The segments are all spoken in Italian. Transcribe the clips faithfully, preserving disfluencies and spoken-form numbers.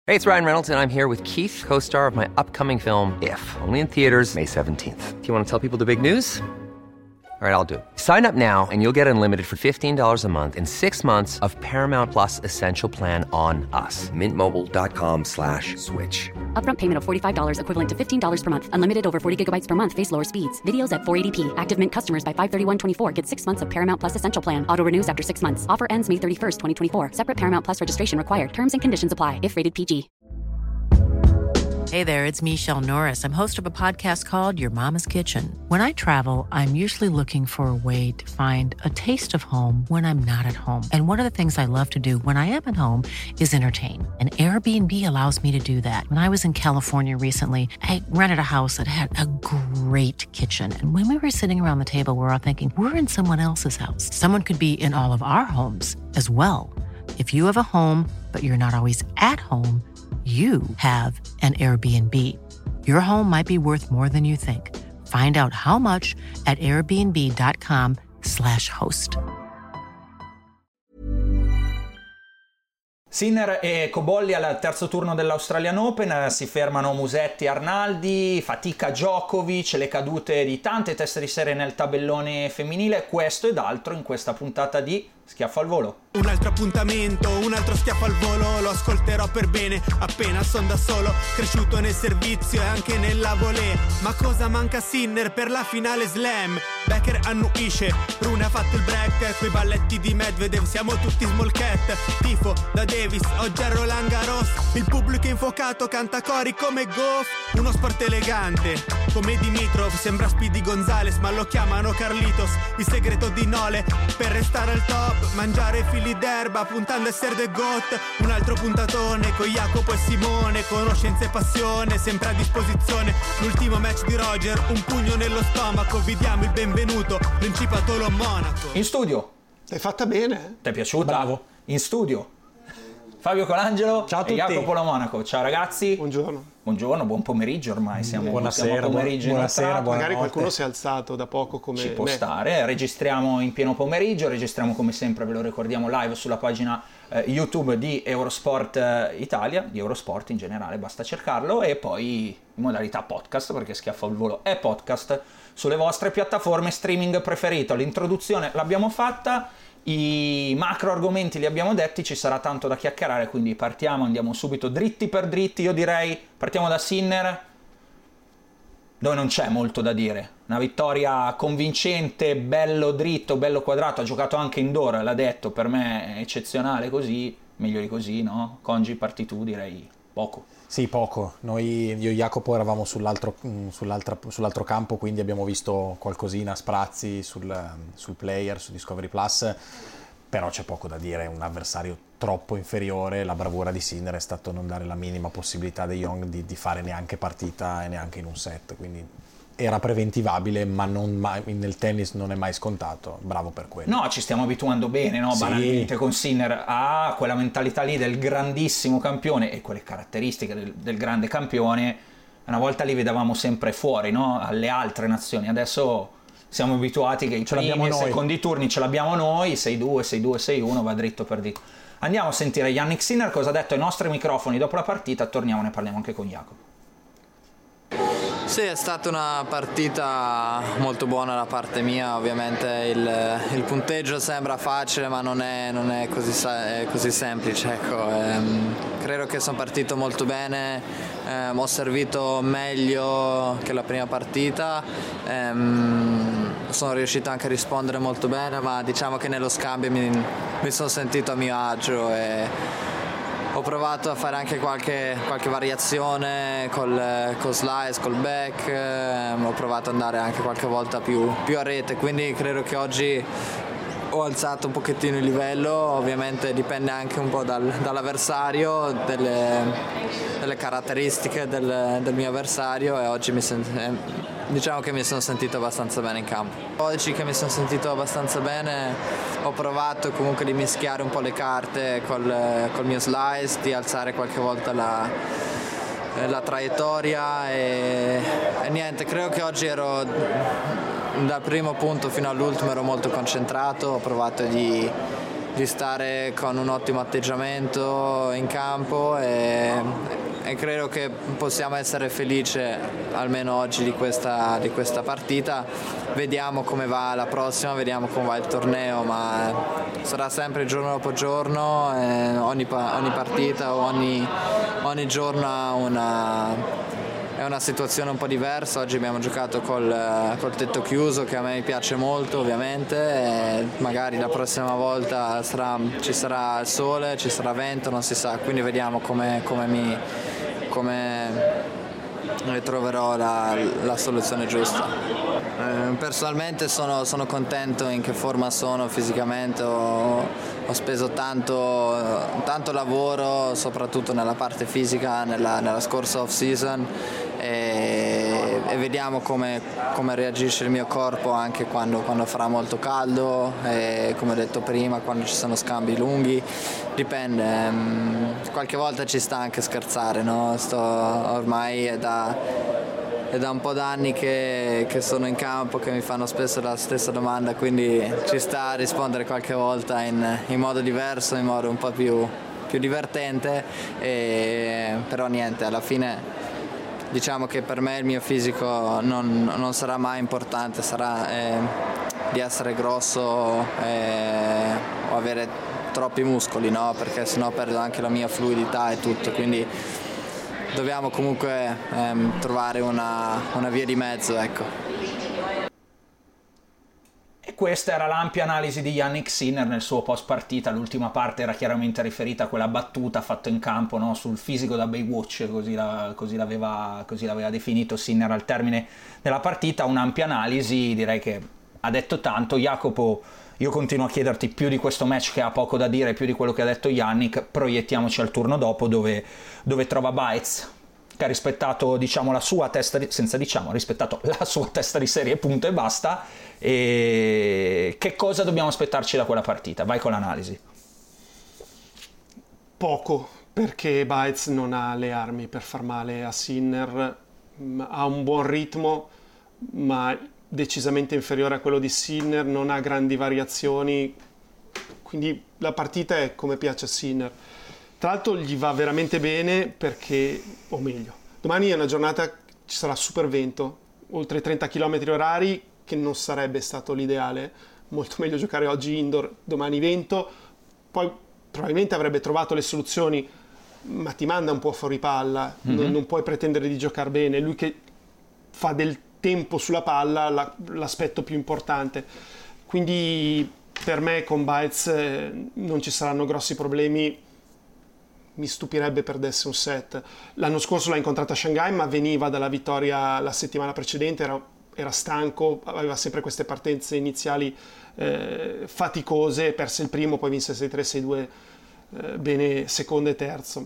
Hey, it's Ryan Reynolds, and I'm here with Keith, co-star of my upcoming film, If, only in theaters May seventeenth. Do you want to tell people the big news? All right, I'll do it. Sign up now and you'll get unlimited for fifteen dollars a month and six months of Paramount Plus Essential Plan on us. Mint Mobile dot com slash switch. Upfront payment of forty-five dollars equivalent to fifteen dollars per month. Unlimited over forty gigabytes per month. Face lower speeds. Videos at four eighty p. Active Mint customers by five thirty-one twenty-four get six months of Paramount Plus Essential Plan. Auto renews after six months. Offer ends May thirty-first, twenty twenty-four. Separate Paramount Plus registration required. Terms and conditions apply if rated P G. Hey there, it's Michelle Norris. I'm host of a podcast called Your Mama's Kitchen. When I travel, I'm usually looking for a way to find a taste of home when I'm not at home. And one of the things I love to do when I am at home is entertain. And Airbnb allows me to do that. When I was in California recently, I rented a house that had a great kitchen. And when we were sitting around the table, we were all thinking, we're in someone else's house. Someone could be in all of our homes as well. If you have a home, but you're not always at home, you have an Airbnb. Your home might be worth more than you think. Find out how much at airbnb.com slash host. Sinner e Cobolli al terzo turno dell'Australian Open, si fermano Musetti e Arnaldi, fatica Djokovic, le cadute di tante teste di serie nel tabellone femminile, questo ed altro in questa puntata di Schiaffo al Volo. Un altro appuntamento, un altro schiaffo al volo, lo ascolterò per bene, appena son da solo, cresciuto nel servizio e anche nella volée. Ma cosa manca Sinner per la finale slam? Becker annuisce, Rune ha fatto il break, quei balletti di Medvedev, siamo tutti small cat. Tifo da Davis, oggi a Roland Garros, il pubblico infuocato canta cori come Goff. Uno sport elegante, come Dimitrov, sembra Speedy Gonzales, ma lo chiamano Carlitos. Il segreto di Nole, per restare al top, mangiare fili d'erba puntando a essere the goat. Un altro puntatone con Jacopo e Simone, conoscenza e passione sempre a disposizione. L'ultimo match di Roger, un pugno nello stomaco, vi diamo il benvenuto, Principatolo a Monaco. In studio l'hai fatta bene? Ti è piaciuta? Bravo. In studio Fabio Colangelo. Ciao a tutti. E Jacopo La Monaco. Ciao ragazzi. Buongiorno. Buongiorno, buon pomeriggio ormai. Siamo, buonasera, siamo pomeriggio buonasera, inoltrato. magari qualcuno si è alzato da poco come Ci può me. stare. Registriamo in pieno pomeriggio, registriamo come sempre, ve lo ricordiamo, live sulla pagina eh, YouTube di Eurosport eh, Italia, di Eurosport in generale, basta cercarlo, e poi in modalità podcast, perché Schiaffo al Volo è podcast, sulle vostre piattaforme streaming preferite. L'introduzione l'abbiamo fatta, i macro argomenti li abbiamo detti, ci sarà tanto da chiacchierare, quindi partiamo, andiamo subito dritti per dritti. Io direi partiamo da Sinner, dove non c'è molto da dire. Una vittoria convincente, bello dritto, bello quadrato, ha giocato anche indoor, l'ha detto, per me è eccezionale così, meglio di così, no? Congi, parti tu, direi poco. Sì, poco. Noi, io e Jacopo, eravamo sull'altro, sull'altro campo, quindi abbiamo visto qualcosina a sprazzi sul, sul player, su Discovery Plus, però c'è poco da dire, è un avversario troppo inferiore. La bravura di Sinner è stato non dare la minima possibilità a De Jong di, di fare neanche partita e neanche in un set, quindi era preventivabile, ma non mai, nel tennis non è mai scontato. Bravo per quello. No, ci stiamo abituando bene, no? Sì. Banalmente con Sinner a quella mentalità lì del grandissimo campione e quelle caratteristiche del, del grande campione. Una volta li vedevamo sempre fuori, no? Alle altre nazioni. Adesso siamo abituati che i Ce primi e noi. secondi turni ce l'abbiamo noi, sei due, sei due, sei uno, va dritto per dritto. Andiamo a sentire Jannik Sinner cosa ha detto ai nostri microfoni dopo la partita, torniamo, ne parliamo anche con Jacopo. Sì, è stata una partita molto buona da parte mia, ovviamente il, il punteggio sembra facile ma non è, non è così, è così semplice, ecco. Ehm, credo che sono partito molto bene, ehm, ho servito meglio che la prima partita, ehm, sono riuscito anche a rispondere molto bene, ma diciamo che nello scambio mi, mi sono sentito a mio agio e ho provato a fare anche qualche, qualche variazione col, col slice, col back, ehm, ho provato ad andare anche qualche volta più, più a rete, quindi credo che oggi ho alzato un pochettino il livello. Ovviamente dipende anche un po' dal, dall'avversario, delle, delle caratteristiche del, del mio avversario, e oggi mi sento, eh, diciamo che mi sono sentito abbastanza bene in campo. Oggi che mi sono sentito abbastanza bene ho provato comunque di mischiare un po' le carte col, col mio slice, di alzare qualche volta la, la traiettoria e, e niente, credo che oggi ero dal primo punto fino all'ultimo ero molto concentrato, ho provato di, di stare con un ottimo atteggiamento in campo e e credo che possiamo essere felici almeno oggi di questa, di questa partita. Vediamo come va la prossima, vediamo come va il torneo, ma sarà sempre giorno dopo giorno, eh, ogni, ogni partita, ogni, ogni giorno ha una... È una situazione un po' diversa. Oggi abbiamo giocato col, col tetto chiuso, che a me piace molto ovviamente, e magari la prossima volta sarà, ci sarà il sole, ci sarà vento, non si sa, quindi vediamo come, come mi come troverò la, la soluzione giusta. Eh, personalmente sono, sono contento in che forma sono fisicamente, ho, ho speso tanto, tanto lavoro soprattutto nella parte fisica nella, nella scorsa off season, e, e vediamo come, come reagisce il mio corpo anche quando, quando farà molto caldo, e come ho detto prima, quando ci sono scambi lunghi, dipende. Qualche volta ci sta anche scherzare, no? Sto, ormai è da, è da un po' d'anni che, che sono in campo, che mi fanno spesso la stessa domanda, quindi ci sta a rispondere qualche volta in, in modo diverso, in modo un po' più, più divertente, e, però niente, alla fine diciamo che per me il mio fisico non, non sarà mai importante, sarà eh, di essere grosso eh, o avere troppi muscoli, no? Perché sennò perdo anche la mia fluidità e tutto, quindi dobbiamo comunque ehm, trovare una, una via di mezzo, ecco. E questa era l'ampia analisi di Jannik Sinner nel suo post partita. L'ultima parte era chiaramente riferita a quella battuta fatta in campo, no? Sul fisico da Baywatch, così, la, così, l'aveva, così l'aveva definito Sinner al termine della partita. Un'ampia analisi, direi che ha detto tanto. Jacopo, io continuo a chiederti più di questo match che ha poco da dire, più di quello che ha detto Jannik. Proiettiamoci al turno dopo, dove, dove trova Baez, che ha rispettato, diciamo, la sua testa di, senza diciamo, ha rispettato la sua testa di serie, punto e basta. E che cosa dobbiamo aspettarci da quella partita? Vai con l'analisi. Poco, perché Baez non ha le armi per far male a Sinner, ha un buon ritmo, ma decisamente inferiore a quello di Sinner, non ha grandi variazioni, quindi la partita è come piace a Sinner. Tra l'altro gli va veramente bene perché, o meglio, domani è una giornata, ci sarà super vento, oltre trenta chilometri orari, che non sarebbe stato l'ideale. Molto meglio giocare oggi indoor, domani vento. Poi probabilmente avrebbe trovato le soluzioni, ma ti manda un po' fuori palla, mm-hmm. non, non puoi pretendere di giocare bene. Lui che fa del tempo sulla palla la, l'aspetto più importante. Quindi per me con Baez eh, non ci saranno grossi problemi. Mi stupirebbe perdesse un set. L'anno scorso l'ha incontrata a Shanghai, ma veniva dalla vittoria la settimana precedente, era, era stanco, aveva sempre queste partenze iniziali eh, faticose, perse il primo, poi vinse sei tre sei due, eh, bene secondo e terzo.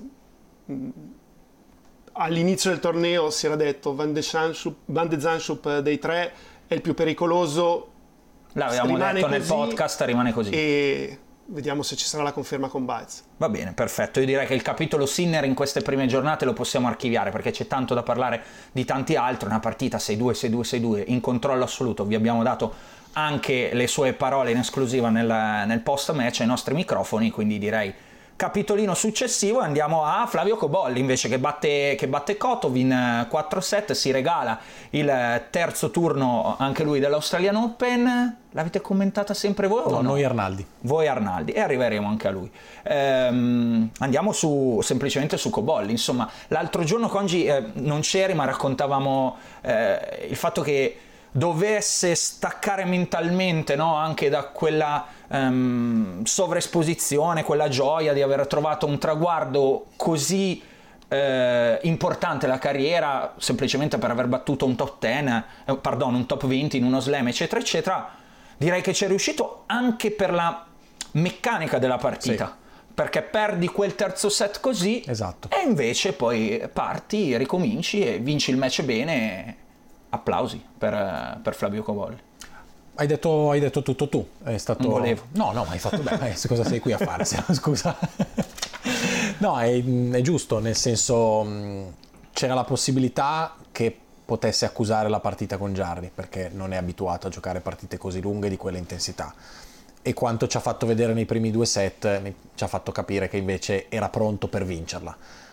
All'inizio del torneo si era detto Van de Zandschulp, Van de Zandschulp dei tre è il più pericoloso. L'avevamo detto nel podcast, rimane così. E vediamo se ci sarà la conferma con Baez. Va bene, perfetto. Io direi che il capitolo Sinner in queste prime giornate lo possiamo archiviare, perché c'è tanto da parlare di tanti altri. Una partita sei due sei due sei due in controllo assoluto. Vi abbiamo dato anche le sue parole in esclusiva nel, nel post match ai nostri microfoni, quindi direi capitolino successivo e andiamo a Flavio Cobolli invece, che batte, che batte Kotov in quattro set, si regala il terzo turno anche lui dell'Australian Open. L'avete commentata sempre voi? No, o no? Noi Arnaldi. Voi Arnaldi, e arriveremo anche a lui. Ehm, andiamo su semplicemente su Cobolli. Insomma, l'altro giorno Congi eh, non c'eri, ma raccontavamo eh, il fatto che dovesse staccare mentalmente, no? Anche da quella um, sovraesposizione, quella gioia di aver trovato un traguardo così eh, importante la carriera, semplicemente per aver battuto un top dieci, eh, pardon, un top venti in uno slam, eccetera eccetera. Direi che ci è riuscito anche per la meccanica della partita. Sì. Perché perdi quel terzo set così, esatto. E invece poi parti, ricominci e vinci il match bene. Applausi per, per Flavio Cobolli. Hai detto, hai detto tutto tu. È stato... Non volevo. No, no, ma hai fatto bene. Eh, cosa sei qui a fare? Scusa. No, è, è giusto, nel senso c'era la possibilità che potesse accusare la partita con Jarry, perché non è abituato a giocare partite così lunghe di quella intensità. E quanto ci ha fatto vedere nei primi due set ci ha fatto capire che invece era pronto per vincerla.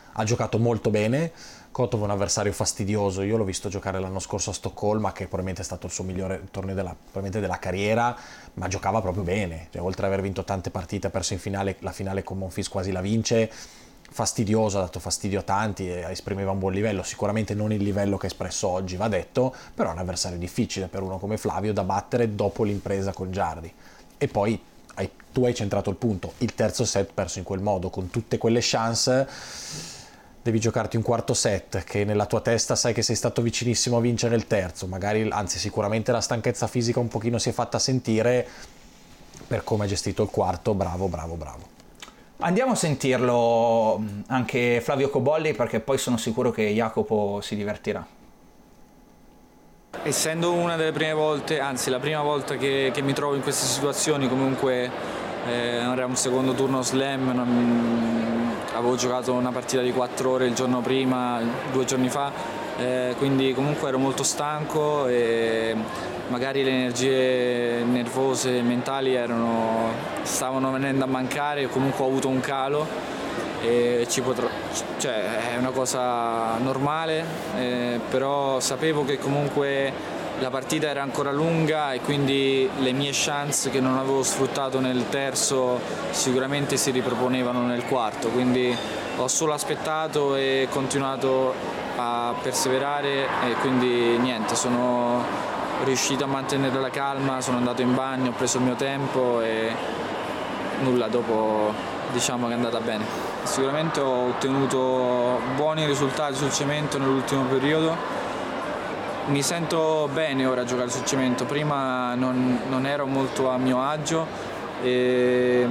ha giocato molto bene. Kotov è un avversario fastidioso, io l'ho visto giocare l'anno scorso a Stoccolma, che probabilmente è stato il suo migliore torneo della, probabilmente della carriera, ma giocava proprio bene, cioè, oltre ad aver vinto tante partite, ha perso in finale, la finale con Monfils quasi la vince, fastidioso, ha dato fastidio a tanti e esprimeva un buon livello, sicuramente non il livello che ha espresso oggi, va detto, però è un avversario difficile per uno come Flavio da battere dopo l'impresa con Giardi. E poi hai, tu hai centrato il punto, il terzo set perso in quel modo, con tutte quelle chance. Devi giocarti un quarto set che nella tua testa sai che sei stato vicinissimo a vincere il terzo, magari, anzi sicuramente la stanchezza fisica un pochino si è fatta sentire. Per come ha gestito il quarto, bravo, bravo, bravo. Andiamo a sentirlo anche Flavio Cobolli, perché poi sono sicuro che Jacopo si divertirà. Essendo una delle prime volte, anzi la prima volta che, che mi trovo in queste situazioni, comunque eh, era un secondo turno slam, non, avevo giocato una partita di quattro ore il giorno prima, due giorni fa, eh, quindi comunque ero molto stanco e magari le energie nervose e mentali erano, stavano venendo a mancare, comunque ho avuto un calo e ci potrò, cioè è una cosa normale, eh, però sapevo che comunque la partita era ancora lunga e quindi le mie chance che non avevo sfruttato nel terzo sicuramente si riproponevano nel quarto, quindi ho solo aspettato e continuato a perseverare e quindi niente, sono riuscito a mantenere la calma, sono andato in bagno, ho preso il mio tempo e nulla, dopo diciamo che è andata bene. Sicuramente ho ottenuto buoni risultati sul cemento nell'ultimo periodo, mi sento bene ora a giocare sul cemento, prima non, non ero molto a mio agio e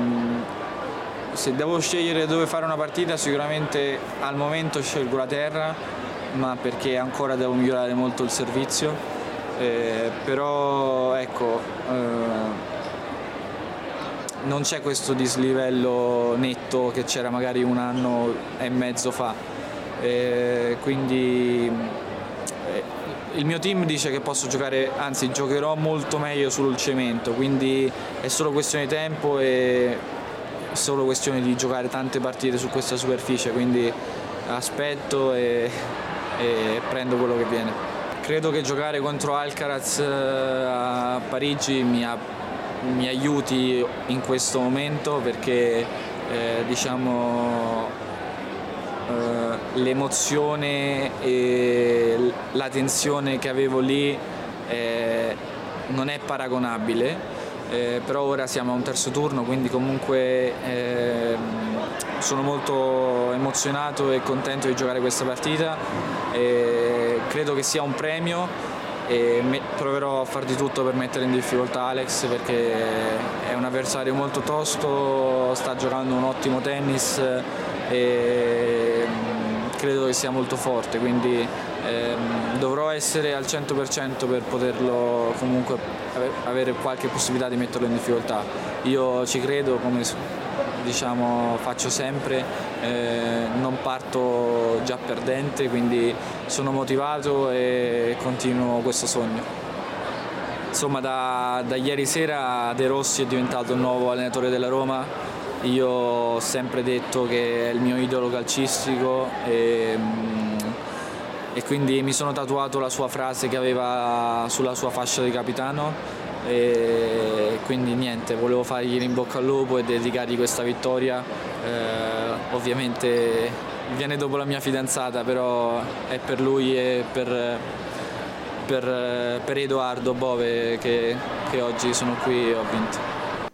se devo scegliere dove fare una partita sicuramente al momento scelgo la terra, ma perché ancora devo migliorare molto il servizio. Eh, però ecco, eh, non c'è questo dislivello netto che c'era magari un anno e mezzo fa, eh, quindi eh, il mio team dice che posso giocare, anzi giocherò molto meglio sul cemento, quindi è solo questione di tempo e è solo questione di giocare tante partite su questa superficie, quindi aspetto e, e prendo quello che viene. Credo che giocare contro Alcaraz a Parigi mi, a, mi aiuti in questo momento perché eh, diciamo eh, l'emozione e la tensione che avevo lì eh, non è paragonabile, eh, però ora siamo a un terzo turno, quindi comunque eh, sono molto emozionato e contento di giocare questa partita. E credo che sia un premio e me- proverò a far di tutto per mettere in difficoltà Alex perché è un avversario molto tosto, sta giocando un ottimo tennis e credo che sia molto forte, quindi ehm, dovrò essere al cento per cento per poterlo comunque ave- avere qualche possibilità di metterlo in difficoltà. Io ci credo, come diciamo faccio sempre, eh, non parto già perdente, quindi sono motivato e continuo questo sogno. Insomma, da, da ieri sera De Rossi è diventato il nuovo allenatore della Roma. Io ho sempre detto che è il mio idolo calcistico e, e quindi mi sono tatuato la sua frase che aveva sulla sua fascia di capitano. E quindi niente, volevo fargli in bocca al lupo e dedicargli questa vittoria. Eh, ovviamente viene dopo la mia fidanzata, però è per lui e per, per, per Edoardo Bove che, che oggi sono qui e ho vinto.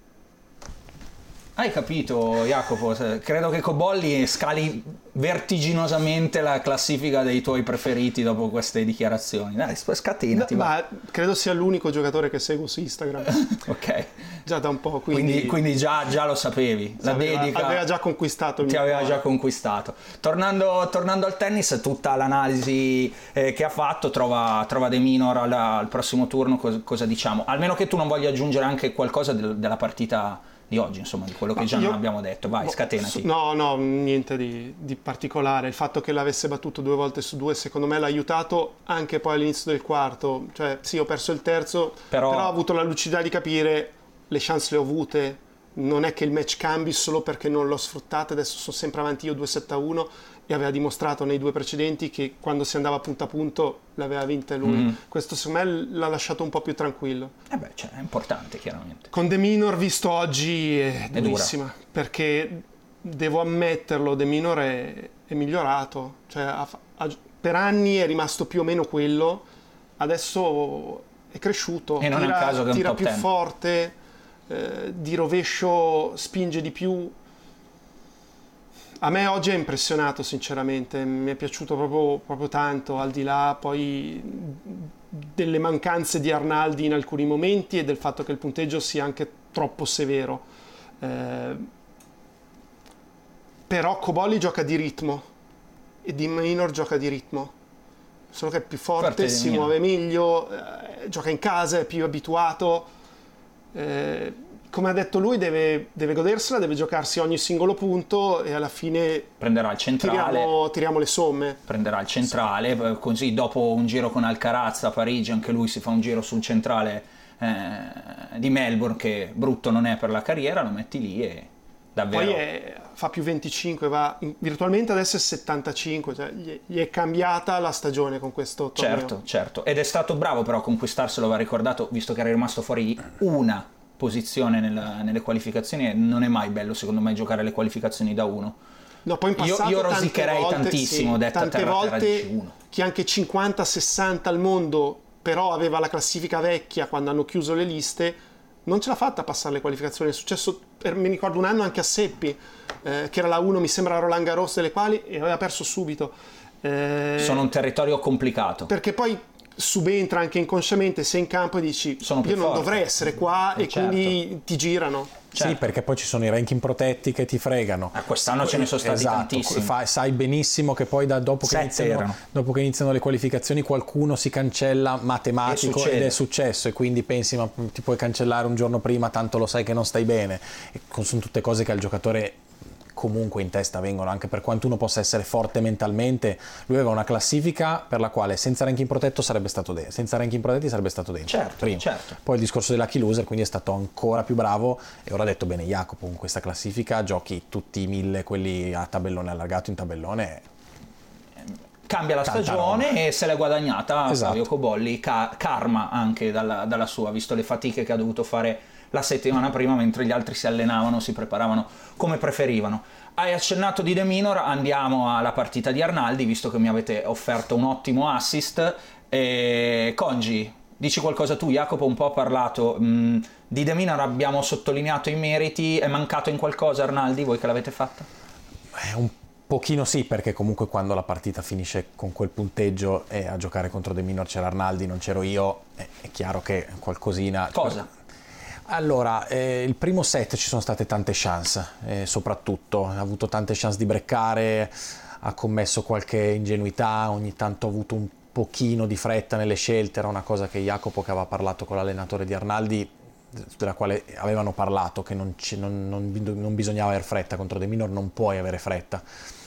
Hai capito, Jacopo? Credo che Cobolli scali vertiginosamente la classifica dei tuoi preferiti dopo queste dichiarazioni. Dai, scatenati. No, ma credo sia l'unico giocatore che seguo su Instagram. Ok. Già da un po', quindi... Quindi, quindi già, già lo sapevi. La aveva, dedica aveva già conquistato il ti mio aveva cuore. già conquistato. Tornando, tornando al tennis, tutta l'analisi eh, che ha fatto trova, trova De Minor al, al prossimo turno. Cosa, cosa diciamo? Almeno che tu non voglia aggiungere anche qualcosa del, della partita di oggi, insomma, di quello che già non abbiamo detto. Vai, scatenati. No, no, niente di, di particolare. Il fatto che l'avesse battuto due volte su due, secondo me l'ha aiutato anche poi all'inizio del quarto. Cioè, sì, ho perso il terzo, però, però ho avuto la lucidità di capire le chance le ho avute, non è che il match cambi solo perché non l'ho sfruttato, adesso sono sempre avanti io due sette a uno, e aveva dimostrato nei due precedenti che quando si andava punto a punto l'aveva vinta lui. Mm. Questo secondo me l'ha lasciato un po' più tranquillo. Eh beh, cioè, è importante chiaramente. Con De Minaur visto oggi è, è durissima, dura. Perché devo ammetterlo, De Minaur è, è migliorato, cioè ha, ha, per anni è rimasto più o meno quello, adesso è cresciuto, e non tira, è un caso che è un tira top più ten. forte, eh, di rovescio spinge di più. A me oggi è impressionato sinceramente, mi è piaciuto proprio, proprio tanto, al di là poi delle mancanze di Arnaldi in alcuni momenti e del fatto che il punteggio sia anche troppo severo. Eh, però Cobolli gioca di ritmo e De Minaur gioca di ritmo, solo che è più forte, forte si muove meglio, eh, gioca in casa, è più abituato. Eh, come ha detto lui, deve, deve godersela, deve giocarsi ogni singolo punto e alla fine prenderà il centrale, tiriamo, tiriamo le somme. Prenderà il centrale, sì. Così dopo un giro con Alcaraz a Parigi anche lui si fa un giro sul centrale eh, di Melbourne, che brutto non è per la carriera, lo metti lì e davvero... Poi è, fa più venticinque, va virtualmente adesso è settantacinque, cioè gli, gli è cambiata la stagione con questo torneo. Certo, certo, ed è stato bravo però a conquistarselo, va ricordato, visto che era rimasto fuori una posizione nella, nelle qualificazioni, e non è mai bello secondo me giocare le qualificazioni da uno. No, poi in passato io, io rosicherei volte, tantissimo, sì, detta tante terra, volte terra uno. Chi anche cinquanta sessanta al mondo però aveva la classifica vecchia quando hanno chiuso le liste, non ce l'ha fatta a passare le qualificazioni. È successo, per, mi ricordo un anno anche a Seppi, eh, che era la uno, mi sembra Roland Garros, delle quali, e aveva perso subito. Eh, Sono un territorio complicato, perché poi subentra anche inconsciamente, sei in campo e dici Sono io non forte. dovrei essere qua, eh, e certo. quindi ti girano. Certo. Sì, perché poi ci sono i ranking protetti che ti fregano. Ah, quest'anno ce ne sono stati esatto, tantissimi. Fa, sai benissimo che poi da, dopo, che iniziano, dopo che iniziano le qualificazioni qualcuno si cancella matematico ed è successo, e quindi pensi ma ti puoi cancellare un giorno prima, tanto lo sai che non stai bene. E sono tutte cose che al giocatore comunque in testa vengono, anche per quanto uno possa essere forte mentalmente. Lui aveva una classifica per la quale senza ranking protetto sarebbe stato dentro, senza ranking protetti sarebbe stato dentro, certo, primo. certo. Poi il discorso della key loser, quindi è stato ancora più bravo, e ora ha detto bene Jacopo, con questa classifica giochi tutti i mille quelli a tabellone allargato in tabellone, cambia la stagione roba. E se l'è guadagnata esatto. Fabio Cobolli, ca- karma anche dalla, dalla sua, visto le fatiche che ha dovuto fare la settimana prima mentre gli altri si allenavano, si preparavano come preferivano. Hai accennato di De Minaur, andiamo alla partita di Arnaldi, visto che mi avete offerto un ottimo assist. E Congi, dici qualcosa tu? Jacopo un po' ha parlato mh, di De Minaur, abbiamo sottolineato i meriti, è mancato in qualcosa Arnaldi, voi che l'avete fatta? È un pochino sì, perché comunque quando la partita finisce con quel punteggio e a giocare contro De Minaur c'era Arnaldi, non c'ero io, è, è chiaro che qualcosina... Cosa? Allora, eh, il primo set ci sono state tante chance, eh, soprattutto, ha avuto tante chance di breccare, ha commesso qualche ingenuità, ogni tanto ha avuto un pochino di fretta nelle scelte, era una cosa che Jacopo, che aveva parlato con l'allenatore di Arnaldi, della quale avevano parlato, che non, ci, non, non, non bisognava avere fretta, contro De Minaur non puoi avere fretta.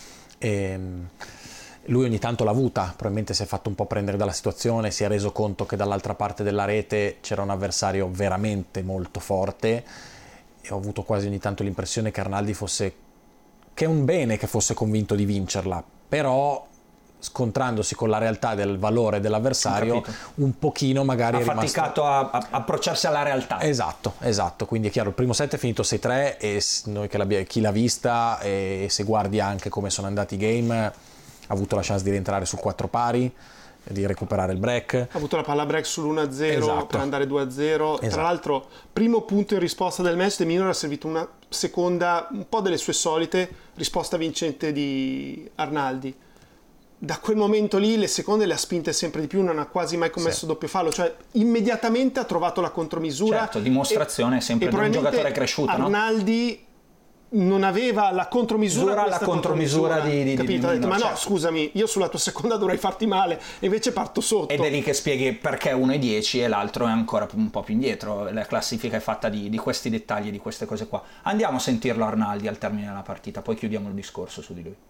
E, lui ogni tanto l'ha avuta, probabilmente si è fatto un po' prendere dalla situazione, si è reso conto che dall'altra parte della rete c'era un avversario veramente molto forte, e ho avuto quasi ogni tanto l'impressione che Arnaldi fosse, che è un bene che fosse convinto di vincerla, però scontrandosi con la realtà del valore dell'avversario un pochino magari ha è rimasto... faticato a, a approcciarsi alla realtà. Esatto, esatto, quindi è chiaro, il primo set è finito sei tre e noi che l'abbiamo, chi l'ha vista, e se guardi anche come sono andati i game, ha avuto la chance di rientrare sul quattro pari, di recuperare il break. Ha avuto la palla break sull'uno a zero, esatto, per andare due a zero. Esatto. Tra l'altro, primo punto in risposta del match, De Minaur ha servito una seconda, un po' delle sue solite, risposta vincente di Arnaldi. Da quel momento lì le seconde le ha spinte sempre di più, non ha quasi mai commesso sì. doppio fallo, cioè immediatamente ha trovato la contromisura. Certo, dimostrazione e, sempre di un giocatore cresciuto, Arnaldi, no? Non aveva la contromisura, la contromisura, contromisura di, di, capito? di, di, di ma certo. no, scusami, io sulla tua seconda dovrei farti male e invece parto sotto. Ed è lì che spieghi perché uno è dieci e l'altro è ancora un po' più indietro. La classifica è fatta di, di questi dettagli, di queste cose qua. Andiamo a sentirlo Arnaldi al termine della partita, poi chiudiamo il discorso su di lui.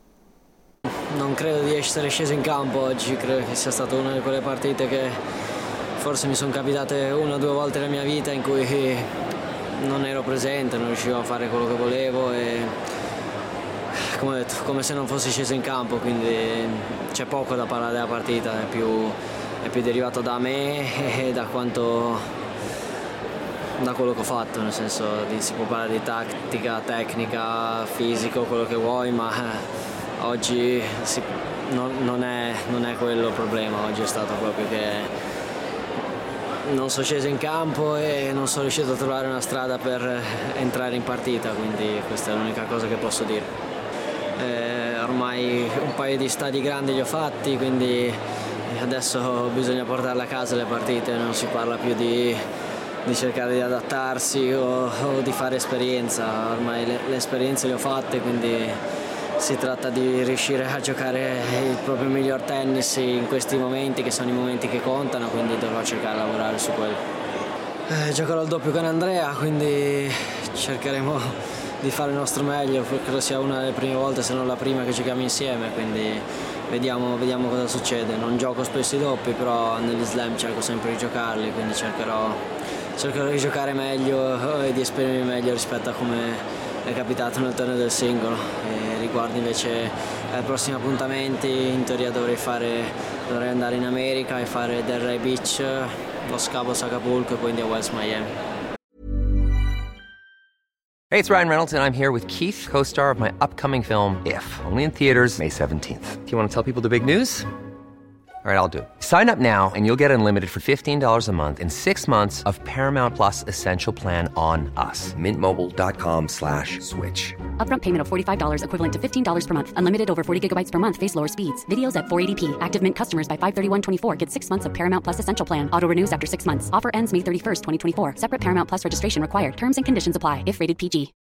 Non credo di essere sceso in campo oggi, credo che sia stata una di quelle partite che forse mi sono capitate una o due volte nella mia vita in cui non ero presente, non riuscivo a fare quello che volevo e come ho detto, come se non fossi sceso in campo, quindi c'è poco da parlare della partita, è più, è più derivato da me e da quanto, da quello che ho fatto, nel senso di, si può parlare di tattica, tecnica, fisico, quello che vuoi, ma oggi si, non, non, è, non è quello il problema, oggi è stato proprio che non sono sceso in campo e non sono riuscito a trovare una strada per entrare in partita, quindi questa è l'unica cosa che posso dire. Eh, ormai un paio di stadi grandi li ho fatti, quindi adesso bisogna portarle a casa le partite, non si parla più di, di cercare di adattarsi o, o di fare esperienza, ormai le, le esperienze le ho fatte, quindi si tratta di riuscire a giocare il proprio miglior tennis in questi momenti che sono i momenti che contano, quindi dovrò cercare di lavorare su quello. Eh, giocherò il doppio con Andrea, quindi cercheremo di fare il nostro meglio, credo sia una delle prime volte, se non la prima, che giochiamo insieme, quindi vediamo, vediamo cosa succede. Non gioco spesso i doppi, però negli slam cerco sempre di giocarli, quindi cercherò, cercherò di giocare meglio e di esprimermi meglio rispetto a come è capitato nel torneo del singolo. E riguardo invece ai prossimi appuntamenti, in teoria dovrei, fare, dovrei andare in America e fare Delray Beach, Los Cabos, Acapulco e poi India Wells, Miami. Hey, it's Ryan Reynolds, and I'm here with Keith, co-star of my upcoming film, If, only in theaters May seventeenth. Do you want to tell people the big news? All right, I'll do it. Sign up now and you'll get unlimited for fifteen dollars a month and six months of Paramount Plus Essential Plan on us. Mint Mobile dot com slash switch. Upfront payment of forty-five dollars equivalent to fifteen dollars per month. Unlimited over forty gigabytes per month. Face lower speeds. Videos at four eighty p. Active Mint customers by five thirty-one twenty-four get six months of Paramount Plus Essential Plan. Auto renews after six months. Offer ends May thirty-first, twenty twenty-four. Separate Paramount Plus registration required. Terms and conditions apply if rated P G.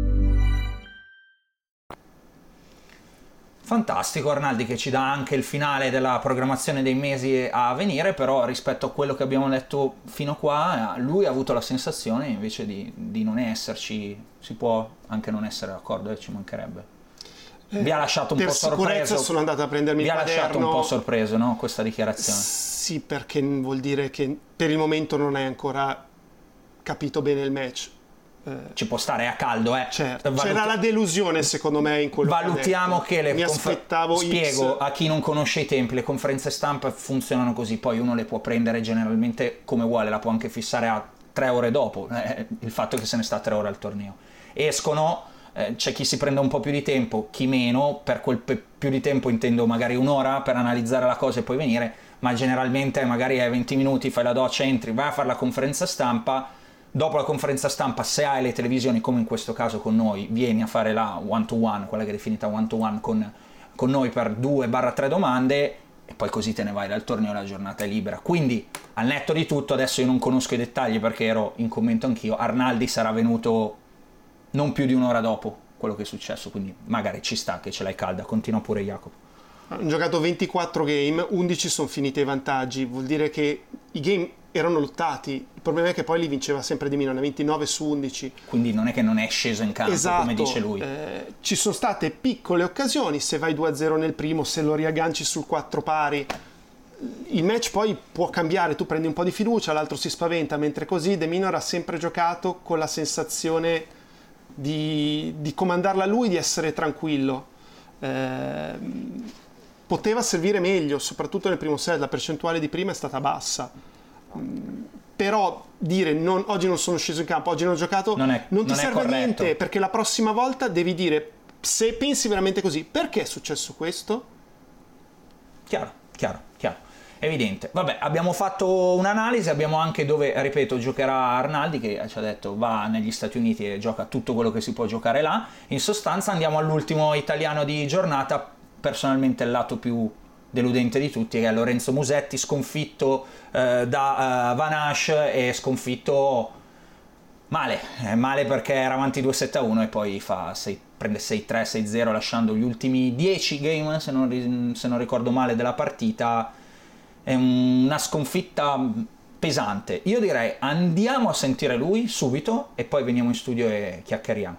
Fantastico Arnaldi, che ci dà anche il finale della programmazione dei mesi a venire, però rispetto a quello che abbiamo letto fino a qua, lui ha avuto la sensazione invece di, di non esserci. Si può anche non essere d'accordo, e ci mancherebbe. Eh, vi ha lasciato un po' sorpreso. Sono andato a prendermi vi il ha quaderno. lasciato un po' sorpreso, no, questa dichiarazione? Sì, perché vuol dire che per il momento non hai ancora capito bene il match. Ci può stare a caldo, eh. Certo. Valut- C'era la delusione secondo me in quello Valutiamo che, che le mi confer- aspettavo spiego X. a chi non conosce i tempi, le conferenze stampa funzionano così, poi uno le può prendere generalmente come vuole, la può anche fissare a tre ore dopo, eh, il fatto che se ne sta tre ore al torneo. Escono, eh, c'è chi si prende un po' più di tempo, chi meno, per quel pe- più di tempo intendo magari un'ora per analizzare la cosa e poi venire, ma generalmente magari hai venti minuti, fai la doccia, entri, vai a fare la conferenza stampa. Dopo la conferenza stampa, se hai le televisioni, come in questo caso con noi, vieni a fare la one to one, quella che è definita one to one con, con noi per due tre domande, e poi così te ne vai dal torneo, la giornata è libera. Quindi, al netto di tutto, adesso io non conosco i dettagli perché ero in commento anch'io, Arnaldi sarà venuto non più di un'ora dopo quello che è successo, quindi magari ci sta che ce l'hai calda. Continua pure Jacopo. Hanno giocato ventiquattro game, undici sono finiti ai vantaggi, vuol dire che i game erano lottati, il problema è che poi li vinceva sempre di meno, ventinove su undici. Quindi non è che non è sceso in campo, esatto, come dice lui. Eh, ci sono state piccole occasioni, se vai due a zero nel primo, se lo riagganci sul quattro pari, il match poi può cambiare, tu prendi un po' di fiducia, l'altro si spaventa, mentre così De Minaur ha sempre giocato con la sensazione di, di comandarla lui, di essere tranquillo. Eh, poteva servire meglio, soprattutto nel primo set, la percentuale di prima è stata bassa. Però dire non, oggi non sono sceso in campo, oggi non ho giocato, non, è, non ti non serve a niente, perché la prossima volta devi dire, se pensi veramente così, perché è successo questo? Chiaro, chiaro, chiaro, evidente. Vabbè, abbiamo fatto un'analisi, abbiamo anche dove, ripeto, giocherà Arnaldi, che ci ha detto va negli Stati Uniti e gioca tutto quello che si può giocare là. In sostanza andiamo all'ultimo italiano di giornata, personalmente il lato più deludente di tutti, che è Lorenzo Musetti, sconfitto eh, da uh, Van Asch e sconfitto male, eh, male perché era avanti due sette a uno e poi fa sei, prende sei tre, sei zero lasciando gli ultimi dieci game, se non, se non ricordo male, della partita. È una sconfitta pesante. Io direi andiamo a sentire lui subito e poi veniamo in studio e chiacchieriamo.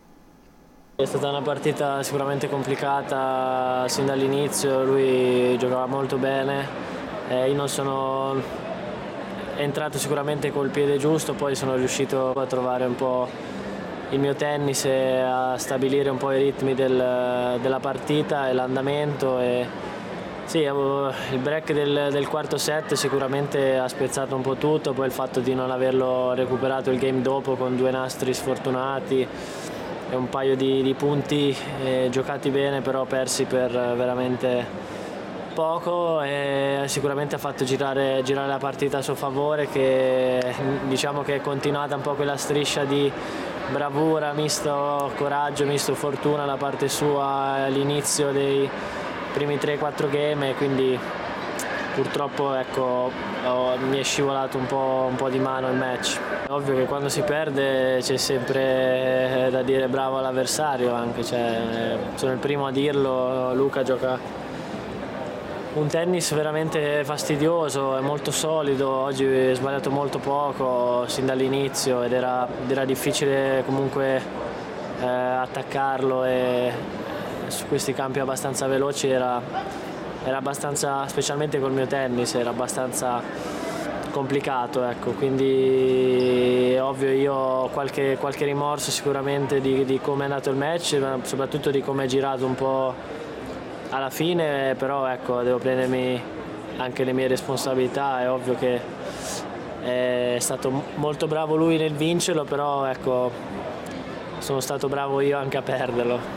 È stata una partita sicuramente complicata sin dall'inizio, lui giocava molto bene, eh, io non sono entrato sicuramente col piede giusto, poi sono riuscito a trovare un po' il mio tennis e a stabilire un po' i ritmi del, della partita e l'andamento. E sì, il break del, del quarto set sicuramente ha spezzato un po' tutto, poi il fatto di non averlo recuperato il game dopo con due nastri sfortunati e un paio di, di punti eh, giocati bene però persi per veramente poco, e sicuramente ha fatto girare, girare la partita a suo favore, che diciamo che è continuata un po' quella striscia di bravura, misto coraggio, misto fortuna da parte sua all'inizio dei primi tre quattro game, e quindi purtroppo ecco, ho, mi è scivolato un po', un po' di mano il match. È ovvio che quando si perde c'è sempre da dire bravo all'avversario, anche, cioè, sono il primo a dirlo. Luca gioca un tennis veramente fastidioso, è molto solido, oggi ha sbagliato molto poco sin dall'inizio ed era, era difficile comunque eh, attaccarlo, e su questi campi abbastanza veloci era, era abbastanza, specialmente col mio tennis, era abbastanza complicato, ecco. Quindi ovvio io ho qualche, qualche rimorso sicuramente di, di come è andato il match, ma soprattutto di come è girato un po' alla fine, però ecco, devo prendermi anche le mie responsabilità. È ovvio che è stato molto bravo lui nel vincerlo, però ecco, sono stato bravo io anche a perderlo.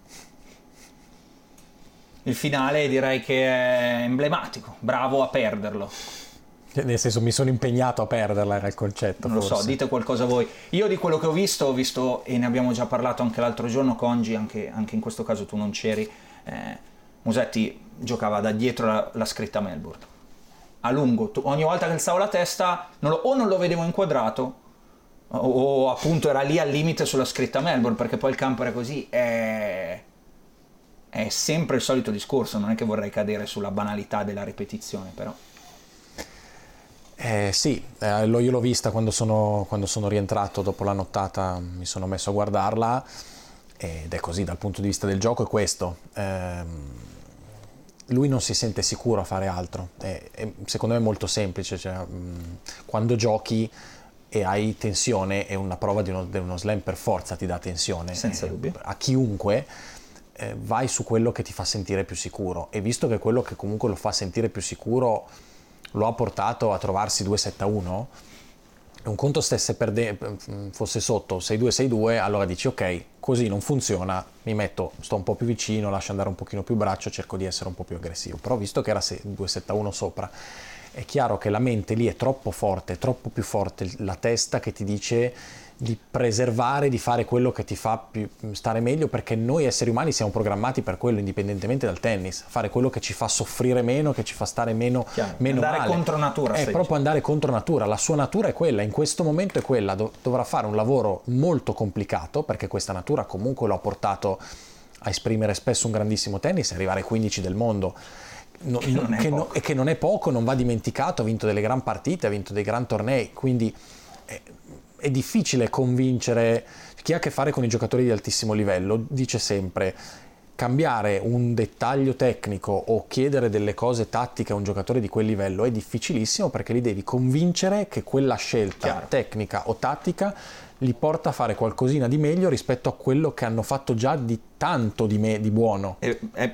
Il finale direi che è emblematico, bravo a perderlo. Nel senso, mi sono impegnato a perderla, era il concetto. Non forse. lo so, dite qualcosa voi. Io di quello che ho visto, ho visto, e ne abbiamo già parlato anche l'altro giorno, Congi, anche, anche in questo caso tu non c'eri, eh, Musetti giocava da dietro la, la scritta Melbourne. A lungo, tu, ogni volta che alzavo la testa, non lo, o non lo vedevo inquadrato, o, o appunto era lì al limite sulla scritta Melbourne, perché poi il campo era così. È... È sempre il solito discorso, non è che vorrei cadere sulla banalità della ripetizione, però. Eh, sì, eh, io l'ho vista quando sono, quando sono rientrato dopo la nottata, mi sono messo a guardarla, ed è così dal punto di vista del gioco, è questo. Eh, lui non si sente sicuro a fare altro, è, è, secondo me è molto semplice, cioè, mh, quando giochi e hai tensione, è una prova di uno, di uno slam per forza ti dà tensione. Senza eh, dubbio. A chiunque. Eh, vai su quello che ti fa sentire più sicuro, e visto che quello che comunque lo fa sentire più sicuro lo ha portato a trovarsi due sette a uno, un conto stesse perde- fosse sotto sei due sei due, allora dici ok, così non funziona, mi metto, sto un po' più vicino, lascio andare un pochino più braccio, cerco di essere un po' più aggressivo. Però visto che era due sette a uno sopra, è chiaro che la mente lì è troppo forte, è troppo più forte la testa che ti dice di preservare, di fare quello che ti fa più stare meglio, perché noi esseri umani siamo programmati per quello, indipendentemente dal tennis, fare quello che ci fa soffrire meno, che ci fa stare meno, meno andare male. contro natura, è proprio dicendo. Andare contro natura, la sua natura è quella, in questo momento è quella, Dov- dovrà fare un lavoro molto complicato, perché questa natura comunque lo ha portato a esprimere spesso un grandissimo tennis, arrivare ai quindici del mondo, no, che non che no, e che non è poco, non va dimenticato, ha vinto delle gran partite, ha vinto dei gran tornei, quindi eh, è difficile convincere chi ha a che fare con i giocatori di altissimo livello. Dice sempre, cambiare un dettaglio tecnico o chiedere delle cose tattiche a un giocatore di quel livello è difficilissimo, perché li devi convincere che quella scelta Chiaro. tecnica o tattica li porta a fare qualcosina di meglio rispetto a quello che hanno fatto già di tanto di, me, di buono. È, è,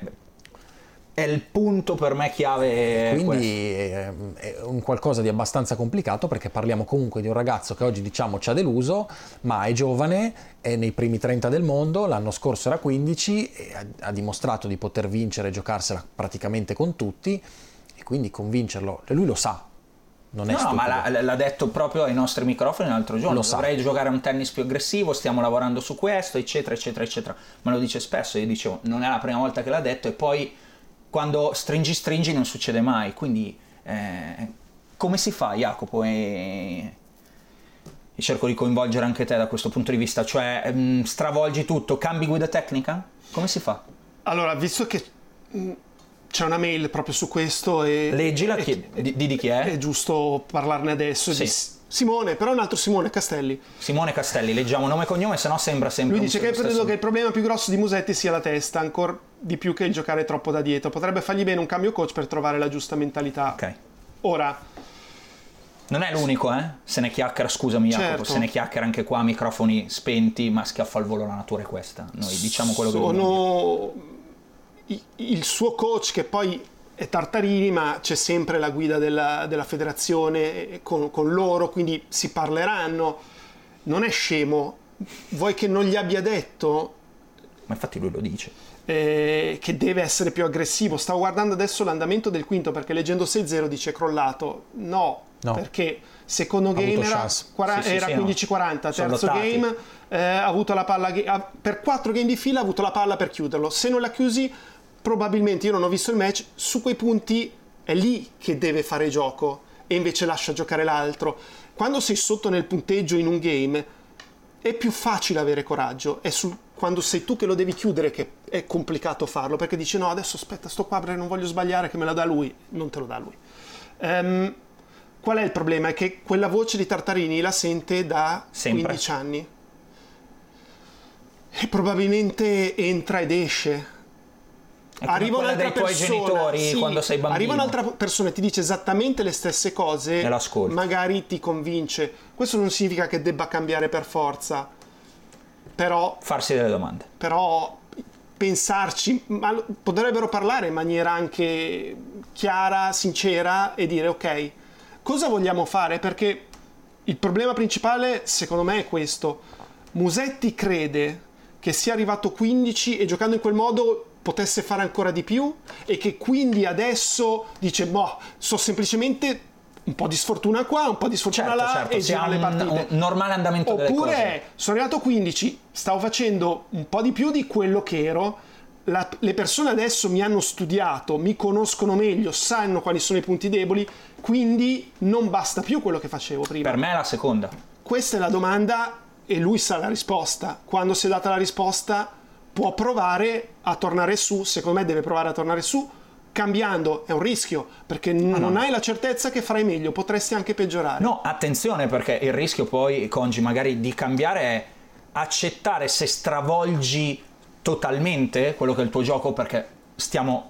è il punto per me chiave. Quindi è, è un qualcosa di abbastanza complicato, perché parliamo comunque di un ragazzo che oggi diciamo ci ha deluso, ma è giovane, è nei primi trenta del mondo, l'anno scorso era quindici e ha, ha dimostrato di poter vincere e giocarsela praticamente con tutti, e quindi convincerlo, e lui lo sa. Non è no, stupido. ma l'ha, l'ha detto proprio ai nostri microfoni l'altro giorno. Lo sa. Dovrei giocare a un tennis più aggressivo, stiamo lavorando su questo, eccetera, eccetera, eccetera. Ma lo dice spesso, io dicevo, non è la prima volta che l'ha detto, e poi quando stringi stringi non succede mai. Quindi eh, come si fa, Jacopo? E... e cerco di coinvolgere anche te da questo punto di vista, cioè mh, stravolgi tutto, cambi guida tecnica? Come si fa? Allora, visto che mh, c'è una mail proprio su questo e... Leggila, e, chi, di, di chi è? È giusto parlarne adesso. Sì. Di Simone, però un altro Simone Castelli. Simone Castelli, leggiamo nome e cognome, sennò sembra sempre... Lui dice che, stesso... che il problema più grosso di Musetti sia la testa, ancora di più che il giocare troppo da dietro. Potrebbe fargli bene un cambio coach per trovare la giusta mentalità. Ok. Ora, Non è l'unico, eh? Se ne chiacchiera, scusami Jacopo, certo. se ne chiacchiera anche qua, microfoni spenti, ma schiaffo al volo, la natura è questa. Noi diciamo quello Sono... che dobbiamo dire. Il suo coach, che poi è Tartarini, ma c'è sempre la guida della, della federazione con, con loro, quindi si parleranno. Non è scemo. Vuoi che non gli abbia detto? Ma infatti lui lo dice. Eh, che deve essere più aggressivo. Stavo guardando adesso l'andamento del quinto, perché leggendo sei zero dice crollato. No, no. Perché secondo ha game era, quaranta, sì, sì, era sì, quindici quaranta, no. terzo game eh, ha avuto la palla ha, per quattro game di fila ha avuto la palla per chiuderlo. Se non l'ha chiusi, probabilmente, io non ho visto il match, su quei punti è lì che deve fare gioco e invece lascia giocare l'altro. Quando sei sotto nel punteggio in un game è più facile avere coraggio, è sul, quando sei tu che lo devi chiudere che è complicato farlo, perché dici no, adesso aspetta, sto qua perché non voglio sbagliare, che me la dà lui. Non te lo dà lui. Um, qual è il problema? È che quella voce di Tartarini la sente da sempre. quindici anni e probabilmente entra ed esce. Arriva un'altra dei tuoi persona, genitori sì, quando sei bambino. Arriva un'altra persona e ti dice esattamente le stesse cose, e l'ascolti. Magari ti convince. Questo non significa che debba cambiare per forza, però farsi delle domande. Però pensarci, ma potrebbero parlare in maniera anche chiara, sincera e dire ok, cosa vogliamo fare? Perché il problema principale secondo me è questo: Musetti crede che sia arrivato quindici e giocando in quel modo potesse fare ancora di più, e che quindi adesso dice boh, so semplicemente un po' di sfortuna qua, un po' di sfortuna certo, là certo, e gira le partite. Un normale andamento delle cose. Oppure sono arrivato quindici, stavo facendo un po' di più di quello che ero, la, le persone adesso mi hanno studiato, mi conoscono meglio, sanno quali sono i punti deboli, quindi non basta più quello che facevo prima. Per me è la seconda. Questa è la domanda e lui sa la risposta. Quando si è data la risposta può provare a tornare su, secondo me deve provare a tornare su, cambiando. È un rischio, perché ah, non no. hai la certezza che farai meglio, potresti anche peggiorare. No, attenzione, perché il rischio poi, Congi, magari di cambiare è accettare se stravolgi totalmente quello che è il tuo gioco, perché stiamo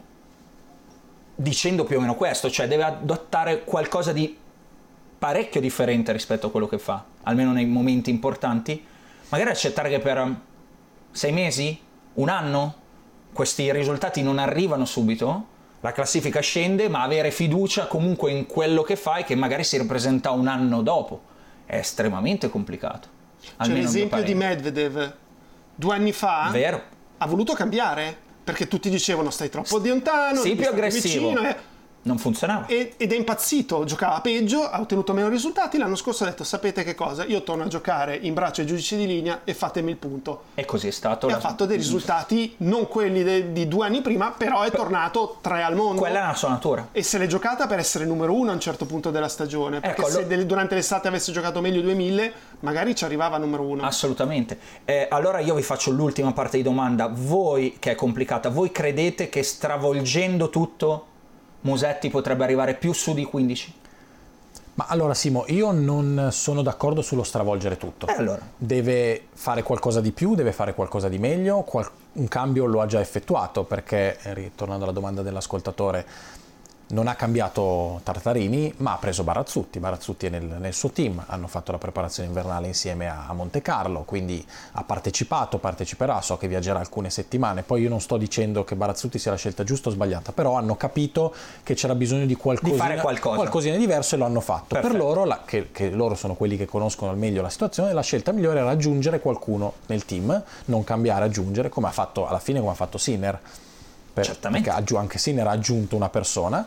dicendo più o meno questo, cioè deve adottare qualcosa di parecchio differente rispetto a quello che fa, almeno nei momenti importanti. Magari accettare che per sei mesi, un anno, questi risultati non arrivano subito, la classifica scende, ma avere fiducia comunque in quello che fai, che magari si ripresenta un anno dopo, è estremamente complicato. C'è l'esempio di Medvedev due anni fa. Vero. Ha voluto cambiare, perché tutti dicevano stai troppo lontano, sì, più aggressivo, vicino, eh. non funzionava. Ed è impazzito, giocava peggio, ha ottenuto meno risultati. L'anno scorso ha detto sapete che cosa, io torno a giocare in braccio ai giudici di linea e fatemi il punto. E così è stato. E la... ha fatto dei risultati non quelli de- di due anni prima, però è tornato tre al mondo. Quella è la sua natura. E se l'è giocata per essere numero uno a un certo punto della stagione, perché ecco, se lo... durante l'estate avesse giocato meglio duemila, magari ci arrivava a numero uno. Assolutamente. Eh, allora io vi faccio l'ultima parte di domanda. Voi, che è complicata, voi credete che stravolgendo tutto Musetti potrebbe arrivare più su di quindici? Ma allora Simo, io non sono d'accordo sullo stravolgere tutto. Eh allora. Deve fare qualcosa di più, deve fare qualcosa di meglio, qual- un cambio lo ha già effettuato, perché, ritornando alla domanda dell'ascoltatore, non ha cambiato Tartarini, ma ha preso Barazzutti. Barazzutti è nel, nel suo team, hanno fatto la preparazione invernale insieme a, a Monte Carlo, quindi ha partecipato, parteciperà, so che viaggerà alcune settimane. Poi io non sto dicendo che Barazzutti sia la scelta giusta o sbagliata, però hanno capito che c'era bisogno di qualcosina, di fare qualcosa. qualcosina diverso e lo hanno fatto. Perfetto. Per loro, la, che, che loro sono quelli che conoscono al meglio la situazione, la scelta migliore era aggiungere qualcuno nel team, non cambiare, aggiungere, come ha fatto alla fine, come ha fatto Sinner. Per, Certamente. Perché anche Sinner ha aggiunto una persona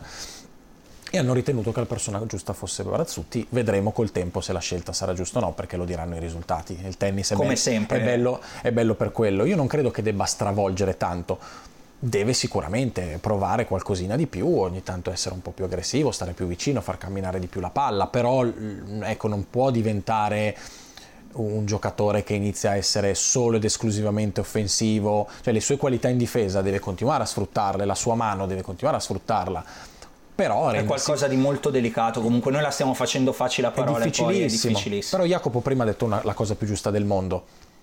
e hanno ritenuto che la persona giusta fosse Barazzutti. Vedremo col tempo se la scelta sarà giusta o no, perché lo diranno i risultati. Il tennis è, come be- sempre è, bello, è bello per quello. Io non credo che debba stravolgere tanto, deve sicuramente provare qualcosina di più, ogni tanto essere un po' più aggressivo, stare più vicino, far camminare di più la palla, però ecco, non può diventare un giocatore che inizia a essere solo ed esclusivamente offensivo, cioè le sue qualità in difesa deve continuare a sfruttarle, la sua mano deve continuare a sfruttarla, però è rendersi... qualcosa di molto delicato. Comunque noi la stiamo facendo facile a parole, è difficilissimo, poi è difficilissimo. Però Jacopo prima ha detto una, la cosa più giusta del mondo: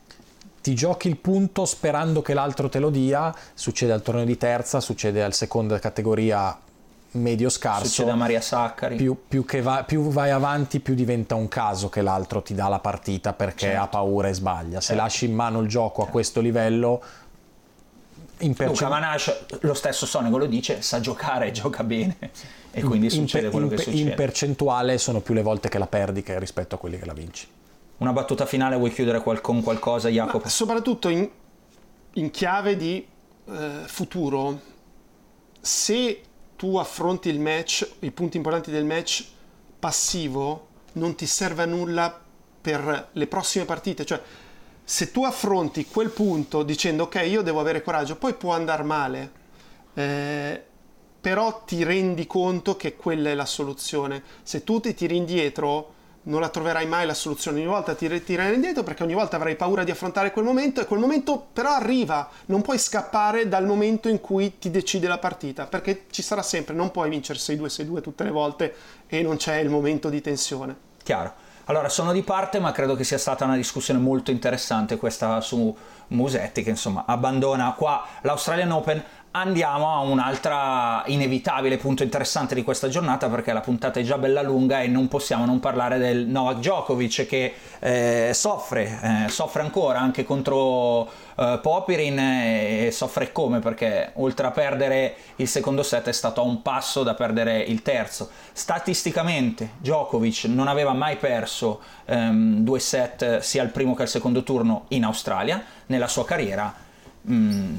ti giochi il punto sperando che l'altro te lo dia, succede al torneo di terza, succede al seconda categoria medio scarso. Succede a Maria Saccari. Più, più, che va, più vai avanti, più diventa un caso che l'altro ti dà la partita perché certo. ha paura e sbaglia. Se certo. lasci in mano il gioco certo. a questo livello... In percent- Luka Manash, lo stesso Sonego lo dice, sa giocare, gioca bene e quindi in, succede in, quello in, che succede. In percentuale sono più le volte che la perdi che rispetto a quelli che la vinci. Una battuta finale, vuoi chiudere qual- con qualcosa, Jacopo? Ma soprattutto in, in chiave di eh, futuro, se tu affronti il match, i punti importanti del match passivo, non ti serve a nulla per le prossime partite, cioè se tu affronti quel punto dicendo ok, io devo avere coraggio, poi può andare male, eh, però ti rendi conto che quella è la soluzione. Se tu ti tiri indietro non la troverai mai la soluzione, ogni volta ti tirerai indietro perché ogni volta avrai paura di affrontare quel momento, e quel momento però arriva, non puoi scappare dal momento in cui ti decide la partita, perché ci sarà sempre, non puoi vincere sei due sei due tutte le volte e non c'è il momento di tensione. Chiaro. Allora, sono di parte, ma credo che sia stata una discussione molto interessante questa su Musetti, che insomma abbandona qua l'Australian Open. Andiamo a un'altra inevitabile punto interessante di questa giornata, perché la puntata è già bella lunga e non possiamo non parlare del Novak Djokovic che eh, soffre, eh, soffre ancora anche contro eh, Popyrin, e soffre come, perché oltre a perdere il secondo set è stato a un passo da perdere il terzo. Statisticamente Djokovic non aveva mai perso ehm, due set sia al primo che al secondo turno in Australia nella sua carriera. Mm,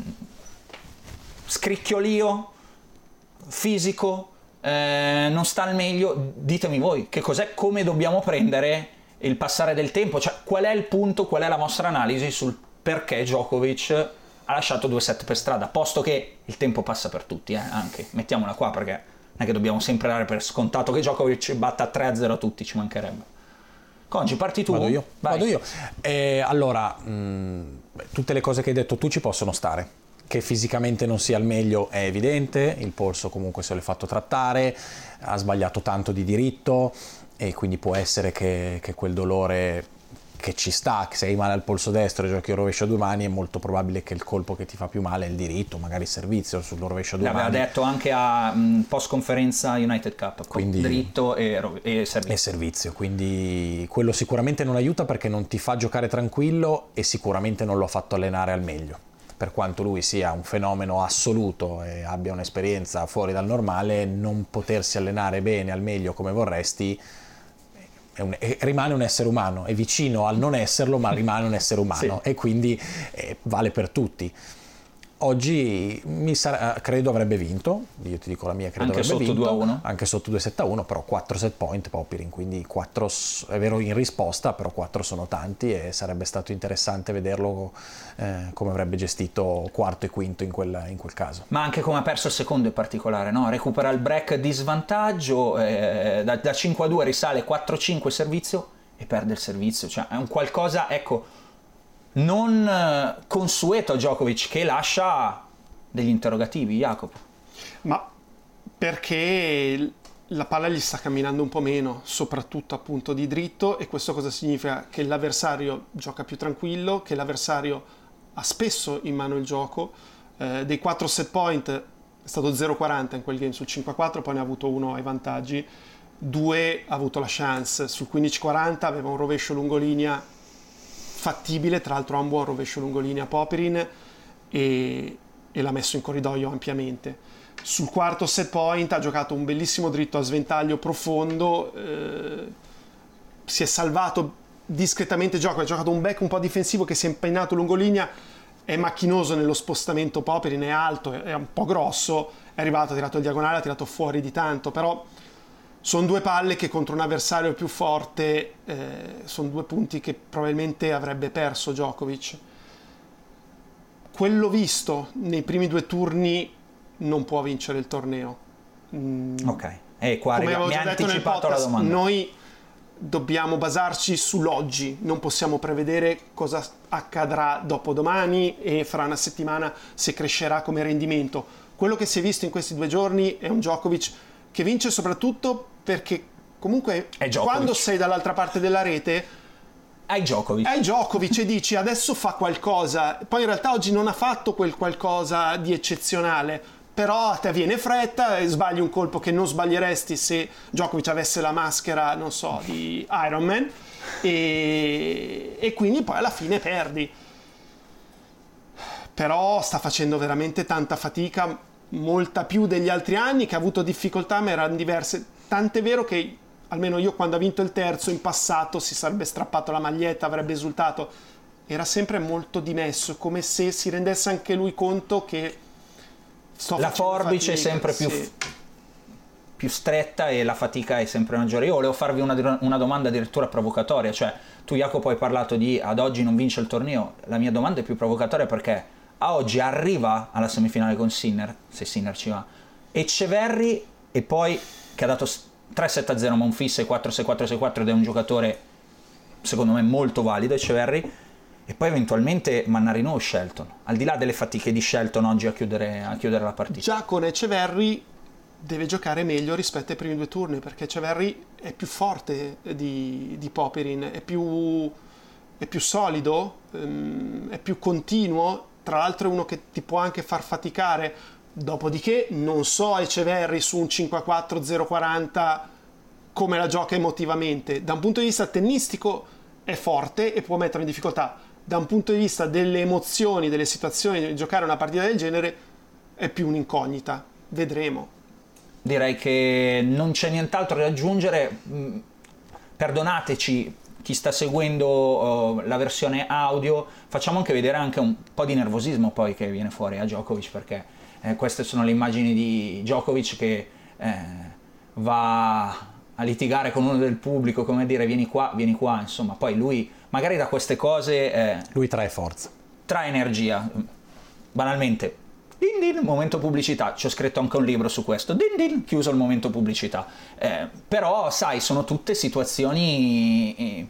scricchiolio fisico, eh, non sta al meglio. Ditemi voi che cos'è, come dobbiamo prendere il passare del tempo, cioè qual è il punto, qual è la vostra analisi sul perché Djokovic ha lasciato due set per strada, posto che il tempo passa per tutti, eh, anche mettiamola qua, perché non è che dobbiamo sempre dare per scontato che Djokovic batta tre a zero a tutti, ci mancherebbe. Congi, parti tu. Vado io, Vai. Vado io. Eh, allora mh, tutte le cose che hai detto tu ci possono stare. Che fisicamente non sia al meglio è evidente, il polso comunque se l'è fatto trattare, ha sbagliato tanto di diritto e quindi può essere che, che quel dolore che ci sta, se hai male al polso destro e giochi a rovescio a due mani, è molto probabile che il colpo che ti fa più male è il diritto, magari il servizio sul rovescio a due L'aveva mani. L'aveva detto anche a mh, post conferenza United Cup, quindi, dritto e, e servizio. E servizio, quindi quello sicuramente non aiuta perché non ti fa giocare tranquillo e sicuramente non lo ha fatto allenare al meglio. Per quanto lui sia un fenomeno assoluto e abbia un'esperienza fuori dal normale, non potersi allenare bene al meglio come vorresti è un, è, rimane un essere umano, è vicino al non esserlo ma rimane un essere umano sì. E quindi eh, vale per tutti. Oggi mi sarà, credo avrebbe vinto, io ti dico la mia, credo anche avrebbe sotto vinto, due a uno? Anche sotto due sette a uno, però quattro set point Popyrin, quindi quattro, è vero in risposta, però quattro sono tanti e sarebbe stato interessante vederlo eh, come avrebbe gestito quarto e quinto in quel, in quel caso. Ma anche come ha perso il secondo in particolare, no? Recupera il break di svantaggio, eh, da, da cinque a due risale quattro a cinque servizio e perde il servizio, cioè è un qualcosa, ecco, non consueto a Djokovic, che lascia degli interrogativi, Jacopo. Ma perché la palla gli sta camminando un po' meno, soprattutto appunto di dritto, e questo cosa significa? Che l'avversario gioca più tranquillo, che l'avversario ha spesso in mano il gioco. Eh, dei quattro set point è stato zero quaranta in quel game sul cinque a quattro, poi ne ha avuto uno ai vantaggi, due ha avuto la chance, sul quindici quaranta aveva un rovescio lungolinea fattibile, tra l'altro ha un buon rovescio lungolinea Popyrin e, e l'ha messo in corridoio ampiamente. Sul quarto set point ha giocato un bellissimo dritto a sventaglio profondo, eh, si è salvato discretamente gioco, ha giocato un back un po' difensivo che si è impennato lungolinea, è macchinoso nello spostamento Popyrin, è alto, è un po' grosso, è arrivato, ha tirato il diagonale, ha tirato fuori di tanto, però sono due palle che contro un avversario più forte eh, sono due punti che probabilmente avrebbe perso Djokovic. Quello visto nei primi due turni non può vincere il torneo. Mm, ok, e qua come arriva, mi ha anticipato podcast, la domanda. Noi dobbiamo basarci sull'oggi, non possiamo prevedere cosa accadrà dopodomani e fra una settimana se crescerà come rendimento. Quello che si è visto in questi due giorni è un Djokovic che vince soprattutto perché comunque quando sei dall'altra parte della rete hai Djokovic. hai Djokovic e dici adesso fa qualcosa, poi in realtà oggi non ha fatto quel qualcosa di eccezionale, però a te viene fretta e sbagli un colpo che non sbaglieresti se Djokovic avesse la maschera, non so, di Iron Man, e, e quindi poi alla fine perdi. Però sta facendo veramente tanta fatica, molta più degli altri anni, che ha avuto difficoltà ma erano diverse, tant'è vero che almeno io quando ha vinto il terzo in passato si sarebbe strappato la maglietta, avrebbe esultato, era sempre molto dimesso, come se si rendesse anche lui conto che sto la forbice fatica, è sempre più, sì. più stretta e la fatica è sempre maggiore. Io volevo farvi una, una domanda addirittura provocatoria, cioè tu Jacopo hai parlato di ad oggi non vince il torneo, la mia domanda è più provocatoria perché a oggi arriva alla semifinale con Sinner, se Sinner ci va, Etcheverry, e poi che ha dato tre sette a zero Monfils e quattro sei quattro sei quattro ed è un giocatore secondo me molto valido Etcheverry, e poi eventualmente Mannarino o Shelton, al di là delle fatiche di Shelton oggi a chiudere, a chiudere la partita. Già con Etcheverry deve giocare meglio rispetto ai primi due turni, perché Etcheverry è più forte di, di Popyrin, è più, è più solido, ehm, è più continuo. Tra l'altro è uno che ti può anche far faticare, dopodiché non so Etcheverry su un cinque a quattro zero quaranta come la gioca emotivamente. Da un punto di vista tennistico è forte e può mettere in difficoltà, da un punto di vista delle emozioni, delle situazioni di giocare una partita del genere è più un'incognita, vedremo. Direi che non c'è nient'altro da aggiungere, perdonateci chi sta seguendo uh, la versione audio, facciamo anche vedere anche un po' di nervosismo poi che viene fuori a Djokovic, perché eh, queste sono le immagini di Djokovic che eh, va a litigare con uno del pubblico, come dire vieni qua, vieni qua, insomma, poi lui magari da queste cose eh, lui trae forza, trae energia, banalmente. Din din, momento pubblicità, ci ho scritto anche un libro su questo, din din, chiuso il momento pubblicità, eh, però sai, sono tutte situazioni eh,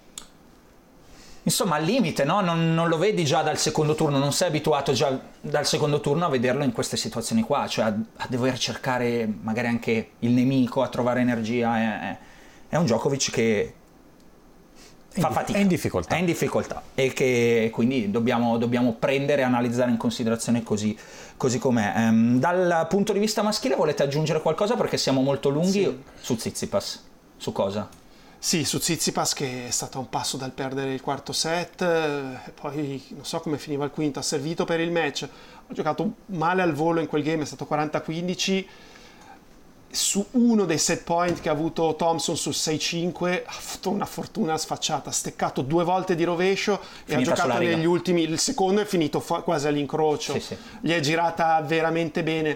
insomma al limite, no? non, non lo vedi già dal secondo turno, non sei abituato già dal secondo turno a vederlo in queste situazioni qua, cioè a, a dover cercare magari anche il nemico, a trovare energia, è, è un Djokovic che fa fatica, è in difficoltà, è in difficoltà e che quindi dobbiamo, dobbiamo prendere e analizzare in considerazione così, così com'è. Um, dal punto di vista maschile volete aggiungere qualcosa, perché siamo molto lunghi? Sì. Su Tsitsipas, su cosa? Sì, su Tsitsipas che è stato a un passo dal perdere il quarto set, e poi non so come finiva il quinto, ha servito per il match, ha giocato male al volo in quel game, è stato quaranta a quindici. Su uno dei set point che ha avuto Thompson sul sei cinque ha avuto una fortuna sfacciata, ha steccato due volte di rovescio e ha giocato negli ultimi, il secondo è finito fu- quasi all'incrocio, sì, sì. Gli è girata veramente bene,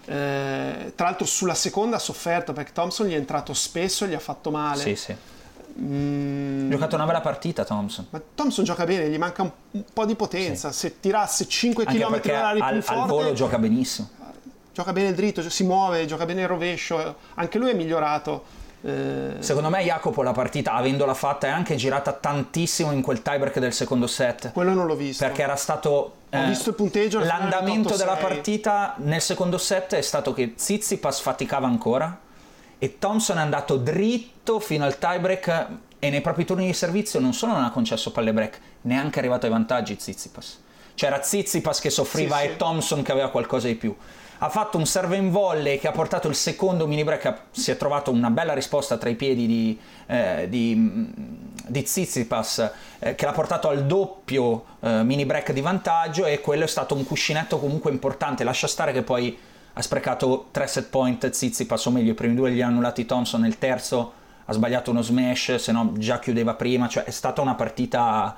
eh, tra l'altro sulla seconda ha sofferto perché Thompson gli è entrato spesso e gli ha fatto male. Sì, sì. Mm. Ha giocato una bella partita Thompson, ma Thompson gioca bene, gli manca un, un po' di potenza, sì. Se tirasse cinque chilometri orari più al, forte al volo gioca benissimo. Gioca bene il dritto, si muove, gioca bene il rovescio, anche lui è migliorato. Eh... Secondo me Jacopo la partita, avendola fatta, è anche girata tantissimo in quel tiebreak del secondo set. Quello non l'ho visto. Perché era stato... Ho eh, visto il punteggio. L'andamento della partita nel secondo set è stato che Tsitsipas faticava ancora e Thompson è andato dritto fino al tiebreak e nei propri turni di servizio non solo non ha concesso palle break, neanche arrivato ai vantaggi Tsitsipas. C'era Tsitsipas che soffriva, sì, e sì. Thompson che aveva qualcosa di più. Ha fatto un serve in volley che ha portato il secondo mini break, si è trovato una bella risposta tra i piedi di, eh, di, di Tsitsipas, eh, che l'ha portato al doppio eh, mini break di vantaggio, e quello è stato un cuscinetto comunque importante. Lascia stare che poi ha sprecato tre set point Tsitsipas, o meglio i primi due li ha annullati Thompson, nel terzo ha sbagliato uno smash, se no già chiudeva prima, cioè è stata una partita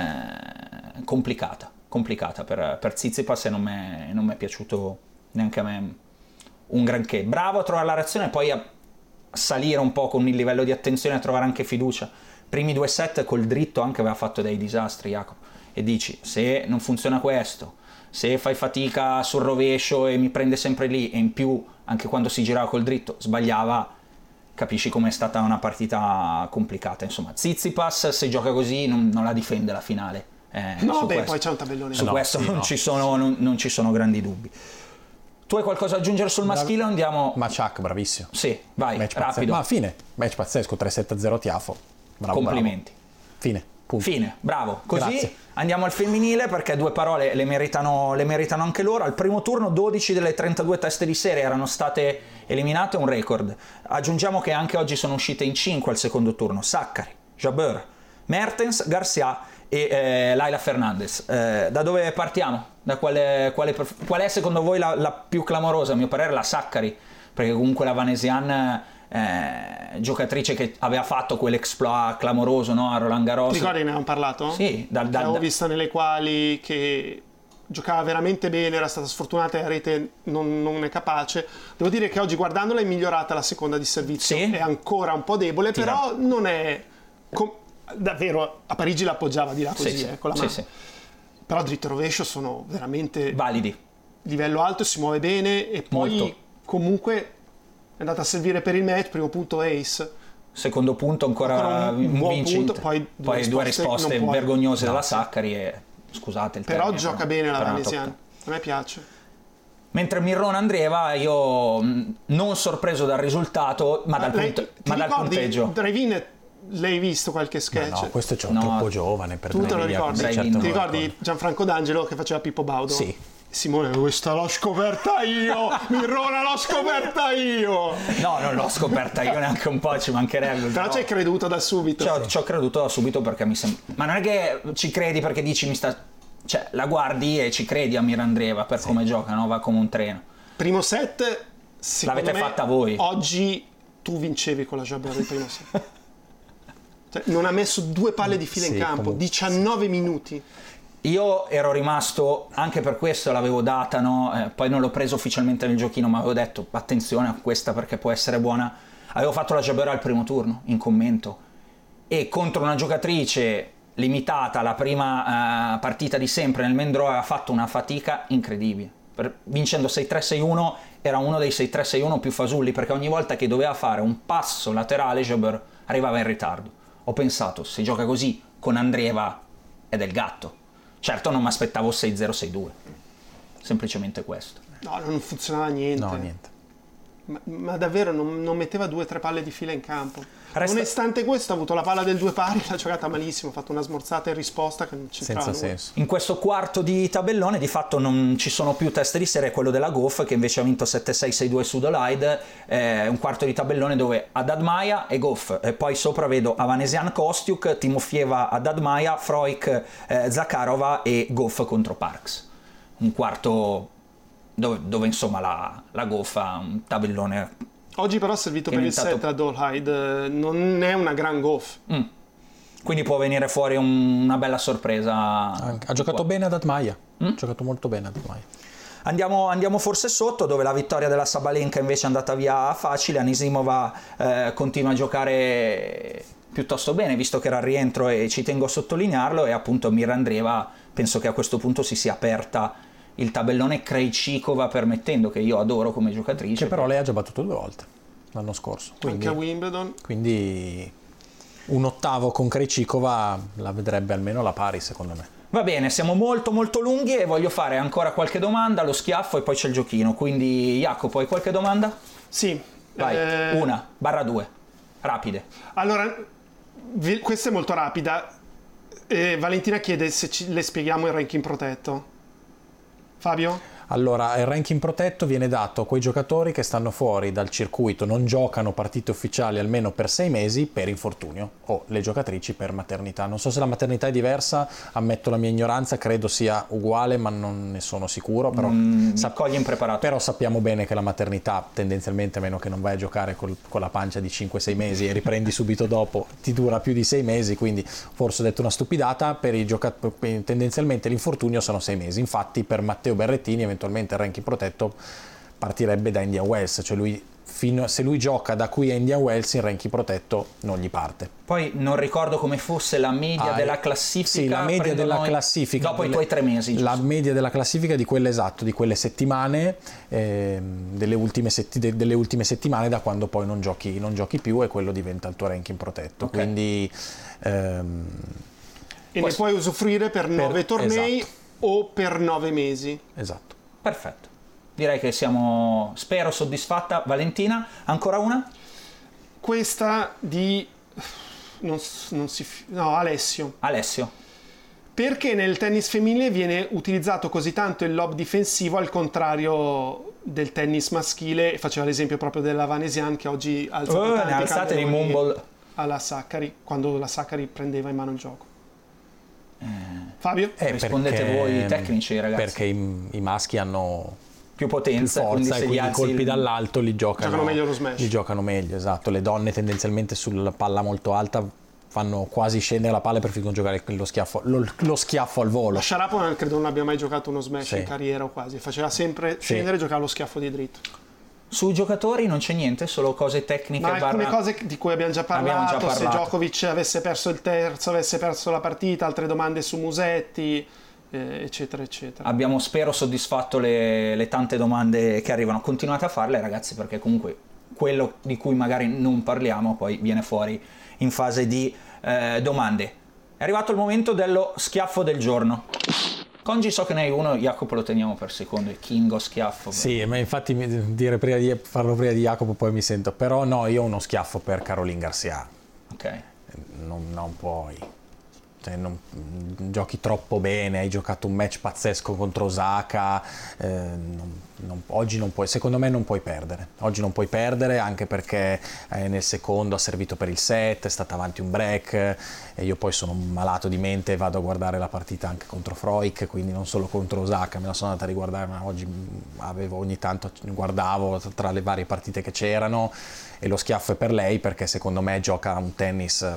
eh, complicata, complicata per, per Tsitsipas, e non mi è piaciuto neanche a me un granché. Bravo a trovare la reazione e poi a salire un po' con il livello di attenzione, a trovare anche fiducia. Primi due set col dritto anche aveva fatto dei disastri Jacopo, e dici se non funziona questo, se fai fatica sul rovescio e mi prende sempre lì, e in più anche quando si girava col dritto sbagliava, capisci com'è stata una partita complicata. Insomma Tsitsipas se gioca così non, non la difende la finale, eh, no beh questo, poi c'è un tabellone, su no, questo sì, non, no. ci sono, non, non ci sono grandi dubbi. Tu hai qualcosa da aggiungere sul maschile o andiamo? Maciak, bravissimo. Sì, vai, match rapido. Pazzesco. Ma fine, match pazzesco, tre sette a zero Tiafo. Bravo, complimenti. Bravo. Fine. Punto. Fine, bravo. Così Grazie. andiamo al femminile, perché due parole le meritano, le meritano anche loro. Al primo turno dodici delle trentadue teste di serie erano state eliminate, un record. Aggiungiamo che anche oggi sono uscite in cinque al secondo turno: Sakkari, Jabeur, Mertens, Garcia e eh, Laila Fernandez. Eh, da dove partiamo? Da quale, quale, qual è secondo voi la, la più clamorosa? A mio parere la Sakkari, perché comunque la Vanesian, eh, giocatrice che aveva fatto quell'exploit clamoroso, no, a Roland Garros. Ti ricordi, ne abbiamo parlato? Sì, dal, dal, l'avevo vista nelle quali che giocava veramente bene, era stata sfortunata e a rete non, non è capace. Devo dire che oggi guardandola è migliorata la seconda di servizio, sì? È ancora un po' debole, Tira. Però non è com- davvero, a Parigi l'appoggiava di là così, sì, eh, con la sì, mano. sì. Però dritto e rovescio sono veramente validi, livello alto, si muove bene e poi molto. Comunque è andata a servire per il match, primo punto ace, secondo punto ancora, ancora un, un buon vincente. punto, poi due poi risposte, due risposte non puoi- vergognose no, dalla sì. Sakkari e scusate il Però termine, gioca bene la per una Vanesian, top. a me piace. Mentre Mirrona Andreeva, io mh, non sorpreso dal risultato, ma dal, Lei- punte- ti ma dal ricordi, punteggio. Drivin, l'hai visto qualche Ma sketch? no, questo è già No. troppo giovane per Tu te lo venire via ricordi? così, Drivin, certo Ti non lo ricordi ricordo. Gianfranco D'Angelo che faceva Pippo Baudo? Sì. Simone, questa l'ho scoperta io! Mirrona l'ho scoperta io! No, non l'ho scoperta io neanche un po', ci mancherebbe. Però ci hai creduto da subito. Ci ho, ci ho creduto da subito perché mi sembra... Ma non è che ci credi perché dici mi sta... Cioè, la guardi e ci credi a Mirandreva per come gioca, no? Va come un treno. Primo set, secondo L'avete me, fatta voi. Oggi tu vincevi con la Jabeur il primo set. Cioè, non ha messo due palle di fila Sì, in campo, comunque, diciannove minuti. Io ero rimasto, anche per questo l'avevo data, no? Eh, poi non l'ho preso ufficialmente nel giochino, ma avevo detto attenzione a questa perché può essere buona. Avevo fatto la Jabeur al primo turno, in commento, e contro una giocatrice limitata, la prima eh, partita di sempre nel main draw, aveva fatto una fatica incredibile. Per, vincendo sei tre sei uno, era uno dei sei tre sei uno più fasulli, perché ogni volta che doveva fare un passo laterale Jabeur arrivava in ritardo. Ho pensato, se gioca così con Andreeva è del gatto. Certo non mi aspettavo sei zero sei due, semplicemente questo. No, non funzionava niente. No, niente. Ma, ma davvero non, non metteva due o tre palle di fila in campo. Resta- Nonostante questo ha avuto la palla del due pari, l'ha giocata malissimo, ha fatto una smorzata in risposta che non c'entrava Senza nulla. senso. In questo quarto di tabellone di fatto non ci sono più teste di serie, quello della Goff che invece ha vinto sette sei sei due su Dolide, eh, un quarto di tabellone dove Haddad Maia e Goff, e poi sopra vedo Avanesian Kostiuk, Timofieva Haddad Maia, Froik eh, Zakharova e Goff contro Parks. Un quarto dove, dove insomma la, la Goff ha un tabellone... Oggi però ha servito Che per è il set diventato- a Dolhide, non è una gran Goff. Mm. Quindi può venire fuori un- una bella sorpresa. Anche- Ha giocato bene ad Atmaia, Mm? ha giocato molto bene ad Atmaia. Andiamo, andiamo forse sotto, dove la vittoria della Sabalenka invece è andata via facile. Anisimova eh, continua a giocare piuttosto bene, visto che era al rientro, e ci tengo a sottolinearlo, e appunto Mirandreva penso che a questo punto si sia aperta il tabellone, Krejcikova permettendo, che io adoro come giocatrice. Che però lei ha già battuto due volte l'anno scorso. Quindi, Anche a Wimbledon. quindi un ottavo con Krejcikova la vedrebbe almeno alla pari, secondo me. Va bene, siamo molto molto lunghi e voglio fare ancora qualche domanda, lo schiaffo e poi c'è il giochino. Quindi Jacopo, hai qualche domanda? Sì. Vai, eh, una, barra due, rapide. Allora, vi- questa è molto rapida. Eh, Valentina chiede se ci- le spieghiamo il ranking protetto. Fabio? Allora, il ranking protetto viene dato a quei giocatori che stanno fuori dal circuito, non giocano partite ufficiali almeno per sei mesi per infortunio, o le giocatrici per maternità. Non so se la maternità è diversa, ammetto la mia ignoranza, credo sia uguale, ma non ne sono sicuro. Però, Mm, sa- mi coglie impreparato. però sappiamo bene che la maternità, tendenzialmente, a meno che non vai a giocare col- con la pancia di cinque sei mesi e riprendi subito dopo, ti dura più di sei mesi, quindi forse ho detto una stupidata. Per i giocatori, tendenzialmente l'infortunio sono sei mesi. Infatti per Matteo Berrettini eventualmente il ranking protetto partirebbe da Indian Wells, cioè lui, fino, se lui gioca da qui a Indian Wells, il ranking protetto non gli parte. Poi non ricordo come fosse la media Ah, della classifica. Sì, la media prendo della noi classifica dopo delle- i tuoi tre mesi, la giusto? media della classifica di quelle, esatto, di quelle settimane, ehm, delle, ultime setti- de- delle ultime settimane, da quando poi non giochi, non giochi più, e quello diventa il tuo ranking protetto. Ok. Quindi ehm, E Questo- ne puoi usufruire per nove tornei esatto. o per nove mesi. esatto. Perfetto. Direi che siamo, spero, soddisfatta. Valentina, ancora una? Questa di non, non si... No, Alessio. Alessio. Perché nel tennis femminile viene utilizzato così tanto il lob difensivo al contrario del tennis maschile? Faceva l'esempio proprio della Vanesian che oggi ha alzato oh, tanti ne alzate di Mumble alla Saccari, quando la Saccari prendeva in mano il gioco. Eh, Fabio? Eh, rispondete perché, voi tecnici, ragazzi. Perché i, i maschi hanno più potenza, più forza, quindi se e quindi i colpi il... dall'alto li giocano, giocano meglio lo smash. Li giocano meglio, esatto. Le donne tendenzialmente sulla palla molto alta fanno quasi scendere la palla e preferiscono giocare lo schiaffo, lo, lo schiaffo al volo. La Sharapova credo non abbia mai giocato uno smash sì. in carriera o quasi, faceva sempre scendere sì. e giocava lo schiaffo di dritto. Sui giocatori non c'è niente, solo cose tecniche. Ma alcune barra... cose di cui abbiamo già parlato, abbiamo già parlato. Se Djokovic avesse perso il terzo, avesse perso la partita, altre domande su Musetti, eh, eccetera, eccetera. Abbiamo, spero, soddisfatto le, le tante domande che arrivano. Continuate a farle, ragazzi, perché comunque quello di cui magari non parliamo poi viene fuori in fase di eh, domande. È arrivato il momento dello schiaffo del giorno. Congi so che ne hai uno, Jacopo lo teniamo per secondo, il Kingo schiaffo. Sì, ma infatti dire prima di farlo prima di Jacopo poi mi sento, però no, io ho uno schiaffo per Caroline Garcia. Ok. Non, non puoi, cioè, non, giochi troppo bene, hai giocato un match pazzesco contro Osaka, eh, non, non, oggi non puoi, secondo me non puoi perdere, oggi non puoi perdere anche perché eh, nel secondo ha servito per il set, è stata avanti un break e io poi sono malato di mente e vado a guardare la partita anche contro Freuk, quindi non solo contro Osaka, me la sono andata a riguardare, ma oggi avevo ogni tanto guardavo tra le varie partite che c'erano e lo schiaffo è per lei perché secondo me gioca un tennis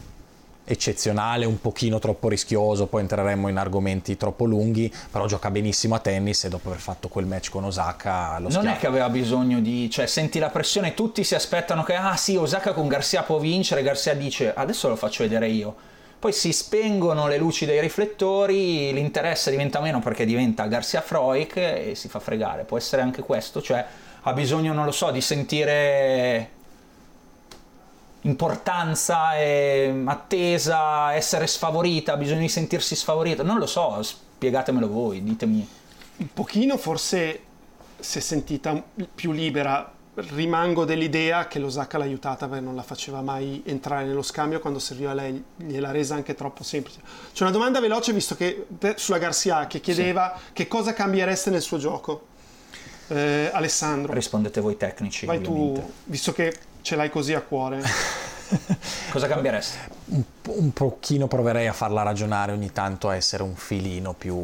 eccezionale, un pochino troppo rischioso, poi entreremmo in argomenti troppo lunghi, però gioca benissimo a tennis e dopo aver fatto quel match con Osaka lo schiaffo. Non è che aveva bisogno di, cioè senti la pressione, tutti si aspettano che ah sì, Osaka con Garcia può vincere, Garcia dice adesso lo faccio vedere io, poi si spengono le luci dei riflettori, l'interesse diventa meno perché diventa Garcia Freuk e si fa fregare. Può essere anche questo, cioè ha bisogno, non lo so, di sentire importanza, e attesa, essere sfavorita, ha bisogno di sentirsi sfavorita, non lo so, spiegatemelo voi, ditemi. Un pochino forse si è sentita più libera, rimango dell'idea che l'Osaka l'ha aiutata perché non la faceva mai entrare nello scambio quando serviva lei, gliel'ha resa anche troppo semplice. C'è una domanda veloce visto che sulla Garcia che chiedeva sì. che cosa cambiereste nel suo gioco. Eh, Alessandro. Rispondete voi tecnici. Vai ovviamente. Tu, visto che ce l'hai così a cuore. Cosa cambieresti? Un, un pochino proverei a farla ragionare ogni tanto, a essere un filino più,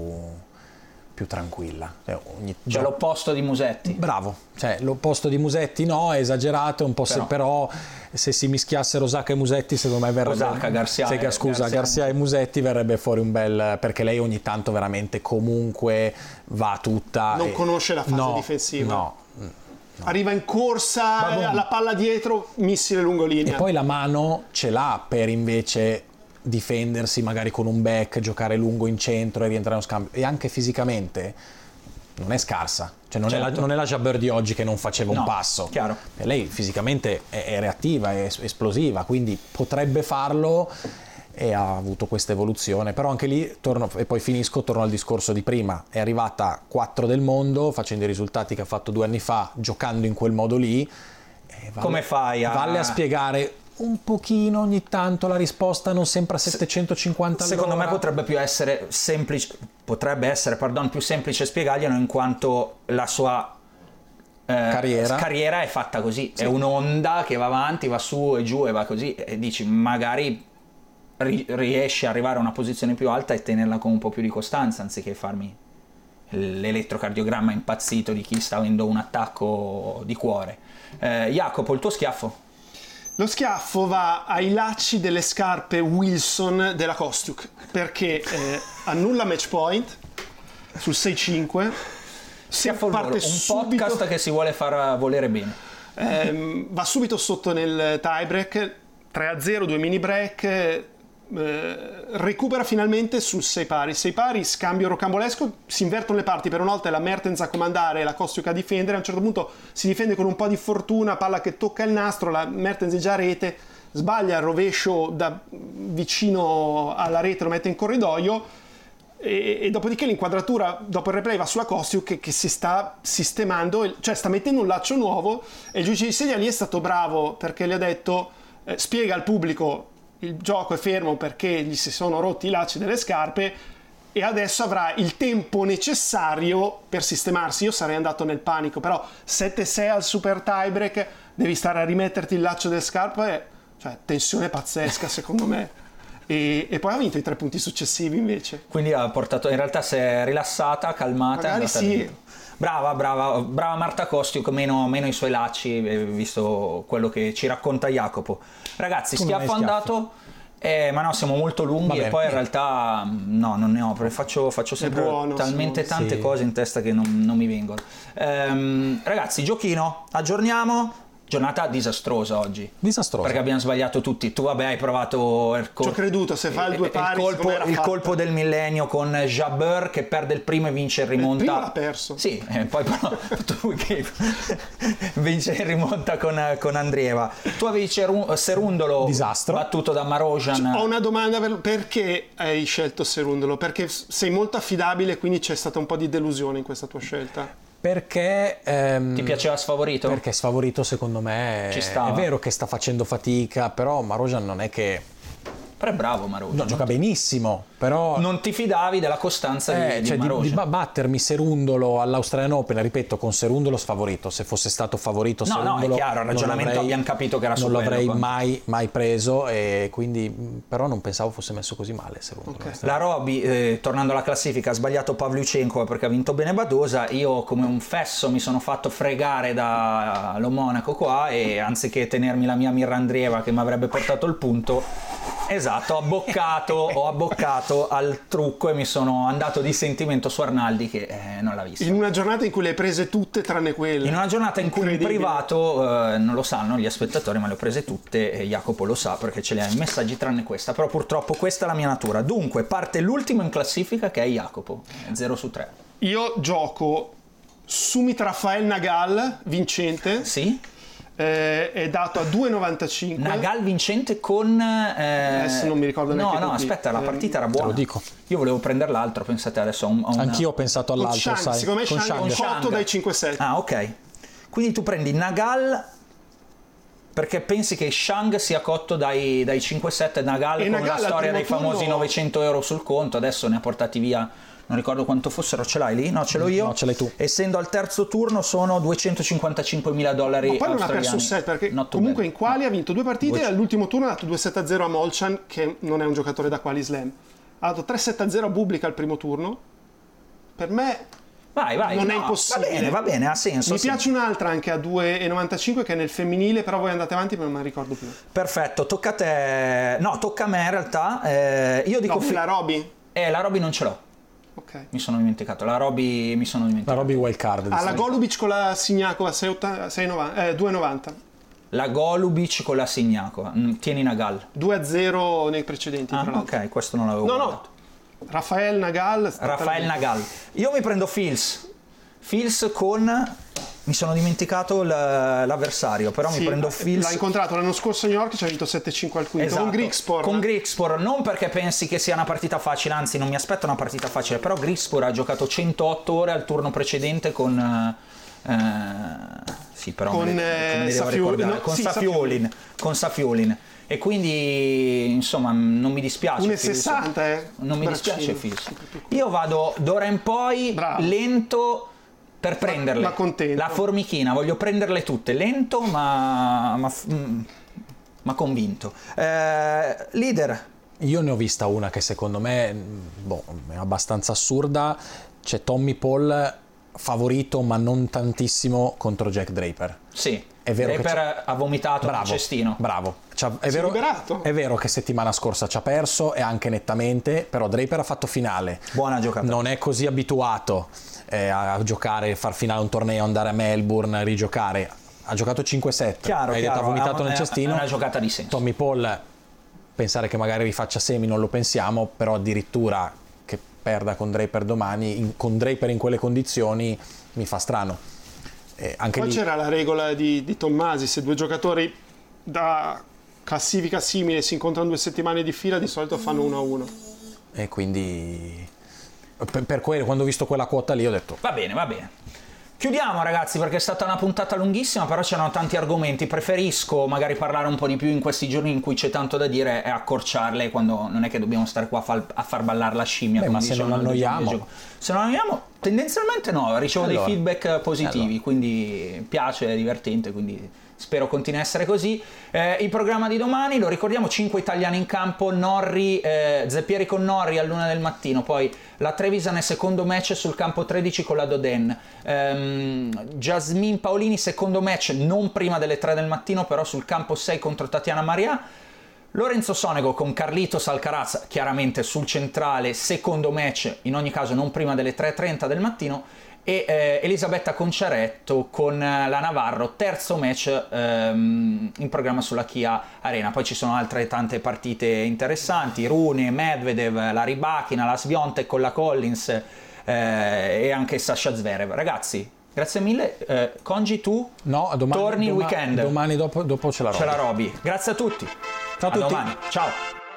più tranquilla. Cioè, ogni, cioè l'opposto di Musetti. Bravo, cioè l'opposto di Musetti no, è esagerato, un po' però. Se però se si mischiassero Osaka e Musetti secondo me verrebbe... Osaka, Garcia, se, scusa, Garcia. Garcia e Musetti verrebbe fuori un bel... perché lei ogni tanto veramente comunque va tutta... Non e... conosce la fase no, difensiva. No. No. Arriva in corsa, alla palla dietro, missile lungolinea. E poi la mano ce l'ha per invece difendersi magari con un back, giocare lungo in centro e rientrare in scambio. E anche fisicamente non è scarsa. Cioè non, certo. è, la, non è la Jabber di oggi che non faceva no, un passo. Chiaro. E lei fisicamente è, è reattiva, è esplosiva, quindi potrebbe farlo e ha avuto questa evoluzione, però anche lì torno, e poi finisco, torno al discorso di prima, è arrivata quattro del mondo facendo i risultati che ha fatto due anni fa giocando in quel modo lì e valle, come fai a... valle a spiegare un pochino ogni tanto la risposta, non sempre a settecentocinquanta all'ora. Secondo me potrebbe più essere semplice, potrebbe essere pardon, più semplice spiegarglielo in quanto la sua eh, carriera. carriera è fatta così, sì. È un'onda che va avanti, va su e giù e va così e dici magari riesci ad arrivare a una posizione più alta e tenerla con un po' più di costanza anziché farmi l'elettrocardiogramma impazzito di chi sta avendo un attacco di cuore. eh, Jacopo, il tuo schiaffo? Lo schiaffo va ai lacci delle scarpe Wilson della Kostiuk perché eh, annulla match point sul sei cinque, schiaffo parte volo, un subito, podcast che si vuole far volere bene, eh, va subito sotto nel tie break tre a zero, due mini break. Eh, recupera finalmente sul sei pari sei pari, scambio rocambolesco, si invertono le parti, per una volta è la Mertens a comandare e la Kostiuk a difendere, a un certo punto si difende con un po' di fortuna, palla che tocca il nastro, la Mertens è già a rete, sbaglia il rovescio da vicino alla rete, lo mette in corridoio e, e dopodiché l'inquadratura dopo il replay va sulla Kostiuk che, che si sta sistemando, cioè sta mettendo un laccio nuovo e il giudice di sedia lì è stato bravo perché le ha detto eh, spiega al pubblico il gioco è fermo perché gli si sono rotti i lacci delle scarpe e adesso avrà il tempo necessario per sistemarsi. Io sarei andato nel panico, però sette sei al super tiebreak, devi stare a rimetterti il laccio delle scarpe, cioè tensione pazzesca secondo me. E, e poi ha vinto i tre punti successivi invece. Quindi ha portato, in realtà si è rilassata, calmata. Magari sì. Brava, brava, brava Marta Kostiuk, meno, meno i suoi lacci, visto quello che ci racconta Jacopo. Ragazzi, Tu non hai schiaffo andato, eh, ma no, siamo molto lunghi. Vabbè, e poi in eh. realtà no, non ne ho, perché faccio, faccio sempre buono, talmente sì. tante Sì. cose in testa che non, non mi vengono. Ehm, ragazzi, giochino, aggiorniamo. Giornata disastrosa oggi. Disastrosa. Perché abbiamo sbagliato tutti. Tu vabbè hai provato il Ci ho creduto, se fa il due pari, il colpo, secondo me era il fatta. colpo del millennio con Jabber che perde il primo e vince il rimonta. Il primo l'ha perso. Sì, e poi però tu che vince il rimonta con, con Andrieva. Tu avevi Ceru- Serundolo Disastro. battuto da Marojan. Ho una domanda, per- perché hai scelto Serundolo? Perché sei molto affidabile, quindi c'è stata un po' di delusione in questa tua scelta. Perché ehm, Ti piaceva sfavorito? Perché sfavorito secondo me Ci è, stava. è vero che sta facendo fatica, però Marojan non è che Però è bravo Marojan. no, gioca benissimo, però Non ti fidavi della costanza eh, di, di cioè, di, Marojan. di ba- battermi Serundolo all'Australian Open, ripeto, con Serundolo sfavorito. Se fosse stato favorito No, no, è Serundolo, chiaro, il non ragionamento l'avrei- abbiamo capito che era su non quello, l'avrei poi. mai, mai preso, e quindi mh, però non pensavo fosse messo così male Serundolo. La Roby, eh, tornando alla classifica, ha sbagliato Pavlyuchenko perché ha vinto bene Badosa. Io come un fesso mi sono fatto fregare dallo Monaco qua e anziché tenermi la mia Mirra Andrieva che mi avrebbe portato il punto, esatto, ho abboccato, ho abboccato al trucco e mi sono andato di sentimento su Arnaldi che eh, non l'ha visto. In una giornata in cui le hai prese tutte tranne quelle. In una giornata in cui in Incredibile. privato, eh, non lo sanno gli spettatori, ma le ho prese tutte e Jacopo lo sa perché ce le ha in messaggi tranne questa, però purtroppo questa è la mia natura. Dunque parte l'ultimo in classifica che è Jacopo, zero su tre. Io gioco Sumit Rafael Nagal vincente, Sì? eh, è dato a due virgola novantacinque. Nagal vincente con... eh, Adesso non mi ricordo No, neanche no, con chi. aspetta, la Eh, partita era te buona. lo dico. Io volevo prendere l'altro, pensate adesso a un... a una- Anch'io ho pensato Con all'altro, Shang, sai, secondo me con Shang è un Shang. cotto dai cinque sette. Ah, ok. Quindi tu prendi Nagal perché pensi che Shang sia cotto dai, dai cinque sette, Nagal E con Nagal la al storia primo dei famosi turno- novecento euro sul conto, adesso ne ha portati via, non ricordo quanto fossero, ce l'hai lì? No, ce l'ho io. No, ce l'hai tu. Essendo al terzo turno sono duecentocinquantacinquemila dollari Ma poi non ha australiani. perso set perché Not too comunque bad. in quali ha vinto due partite Due- e all'ultimo turno ha dato due sette a zero a Molchan, che non è un giocatore da quali slam. Ha dato tre sette a zero a Bublik al primo turno. Per me Vai, vai. non è no, impossibile. Va bene, va bene, ha senso. mi ha piace senso. un'altra anche a due virgola novantacinque che è nel femminile, però voi andate avanti ma non me la ricordo più. Perfetto, tocca a te. No, tocca a me in realtà. Eh, io dico... No, fi- la Roby. Eh, la Roby non ce l'ho. Ok. Mi sono dimenticato. La Roby mi sono La dimenticato. Roby wild card. Ah, la Golubic con la Signakova sei virgola novanta, eh, due virgola novanta. La Golubic con la Signakova. Mm, Tieni Nagal. due a zero nei precedenti, Ah, tra l'altro. ok, questo non l'avevo No, guardato. no. Rafael Nagal. Rafael Nagal. Io mi prendo Fils. Fils con... Mi sono dimenticato l- l'avversario, però Sì, mi prendo Fils. l'ha incontrato l'anno scorso a New York, ci ha vinto sette cinque al quinto. Esatto. Con Grigspor. Con Grigspor, non perché pensi che sia una partita facile, anzi non mi aspetto una partita facile, però Grigspor ha giocato centootto ore al turno precedente con... eh, sì, però Con, me le- eh, come mi devo Safiu- ricordare? no, con sì, Safiolin, con Safiolin. E quindi, insomma, non mi dispiace. uno e Fils. sessanta, eh. Non mi Braccino. dispiace Fils. Io vado d'ora in poi Bravo. lento per prenderle. ma contento. La formichina, voglio prenderle tutte, lento ma, ma, mm, ma convinto. Eh, leader, Io ne ho vista una che secondo me boh, è abbastanza assurda. C'è Tommy Paul favorito ma non tantissimo contro Jack Draper. sì, È vero che Draper ha vomitato Bravo, il cestino. bravo. C'ha- è, Si è vero, liberato. è vero che settimana scorsa ci ha perso e anche nettamente, però Draper ha fatto finale. Buona giocata. Non è così abituato eh, a giocare, far finale un torneo, andare a Melbourne, rigiocare. Ha giocato cinque sette. Chiaro, Hai chiaro, detto ha vomitato è- nel è- cestino. è una giocata di senso. Tommy Paul, pensare che magari rifaccia semi non lo pensiamo, però addirittura che perda con Draper domani, in- con Draper in quelle condizioni mi fa strano. Eh, anche Poi lì, c'era la regola di, di Tommasi, se due giocatori da classifica simile si incontrano due settimane di fila di solito fanno uno a uno. e quindi per, per quello, quando ho visto quella quota lì ho detto Va bene, va bene. Chiudiamo ragazzi, perché è stata una puntata lunghissima, però c'erano tanti argomenti. Preferisco magari parlare un po' di più in questi giorni in cui c'è tanto da dire e accorciarle, quando non è che dobbiamo stare qua a far, a far ballare la scimmia. Beh, ma se non annoiamo se non annoiamo tendenzialmente no, ricevo allora. dei feedback positivi, allora. Quindi piace, è divertente, quindi spero continui a essere così. Eh, il programma di domani, lo ricordiamo, cinque italiani in campo, Norri, eh, Zeppieri con Norri all'una del mattino, poi la Trevisan secondo match sul campo tredici con la Doden, ehm, Jasmine Paolini secondo match non prima delle tre del mattino, però sul campo sei contro Tatiana Maria, Lorenzo Sonego con Carlitos Alcaraz chiaramente sul centrale, secondo match in ogni caso non prima delle tre e trenta del mattino, e eh, Elisabetta Conciaretto con la Navarro, terzo match ehm, in programma sulla Kia Arena. Poi ci sono altre tante partite interessanti, Rune, Medvedev, la Rybakina, la Swiatek con la Collins eh, e anche Sasha Zverev. Ragazzi, grazie mille. eh, Congi, tu no, domani, torni il doma- weekend, domani dopo, dopo ce la robi. ce la robi. Grazie a tutti, ciao a, a tutti. Domani, ciao.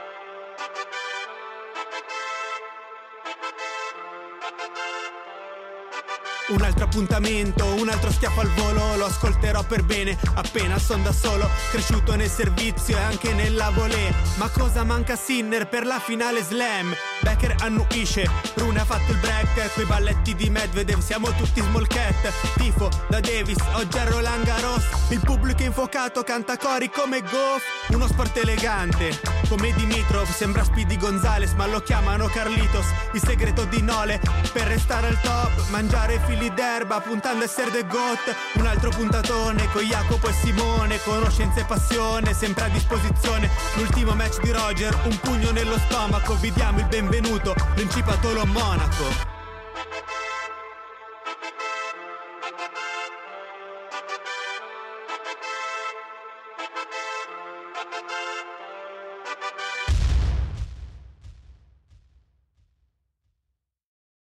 Un altro appuntamento, un altro schiaffo al volo, lo ascolterò per bene, appena son da solo, cresciuto nel servizio e anche nella volée. Ma cosa manca a Sinner per la finale slam? Becker annuisce, Rune ha fatto il break, coi balletti di Medvedev siamo tutti small cat. Tifo da Davis, oggi a Roland Garros, il pubblico infuocato canta cori come Goff. Uno sport elegante, come Dimitrov, sembra Speedy Gonzales ma lo chiamano Carlitos. Il segreto di Nole, per restare al top, mangiare fili d'erba puntando a essere the goat. Un altro puntatone con Jacopo e Simone, conoscenza e passione sempre a disposizione. L'ultimo match di Roger, un pugno nello stomaco, vi diamo il benvenuto, Principatolo Monaco.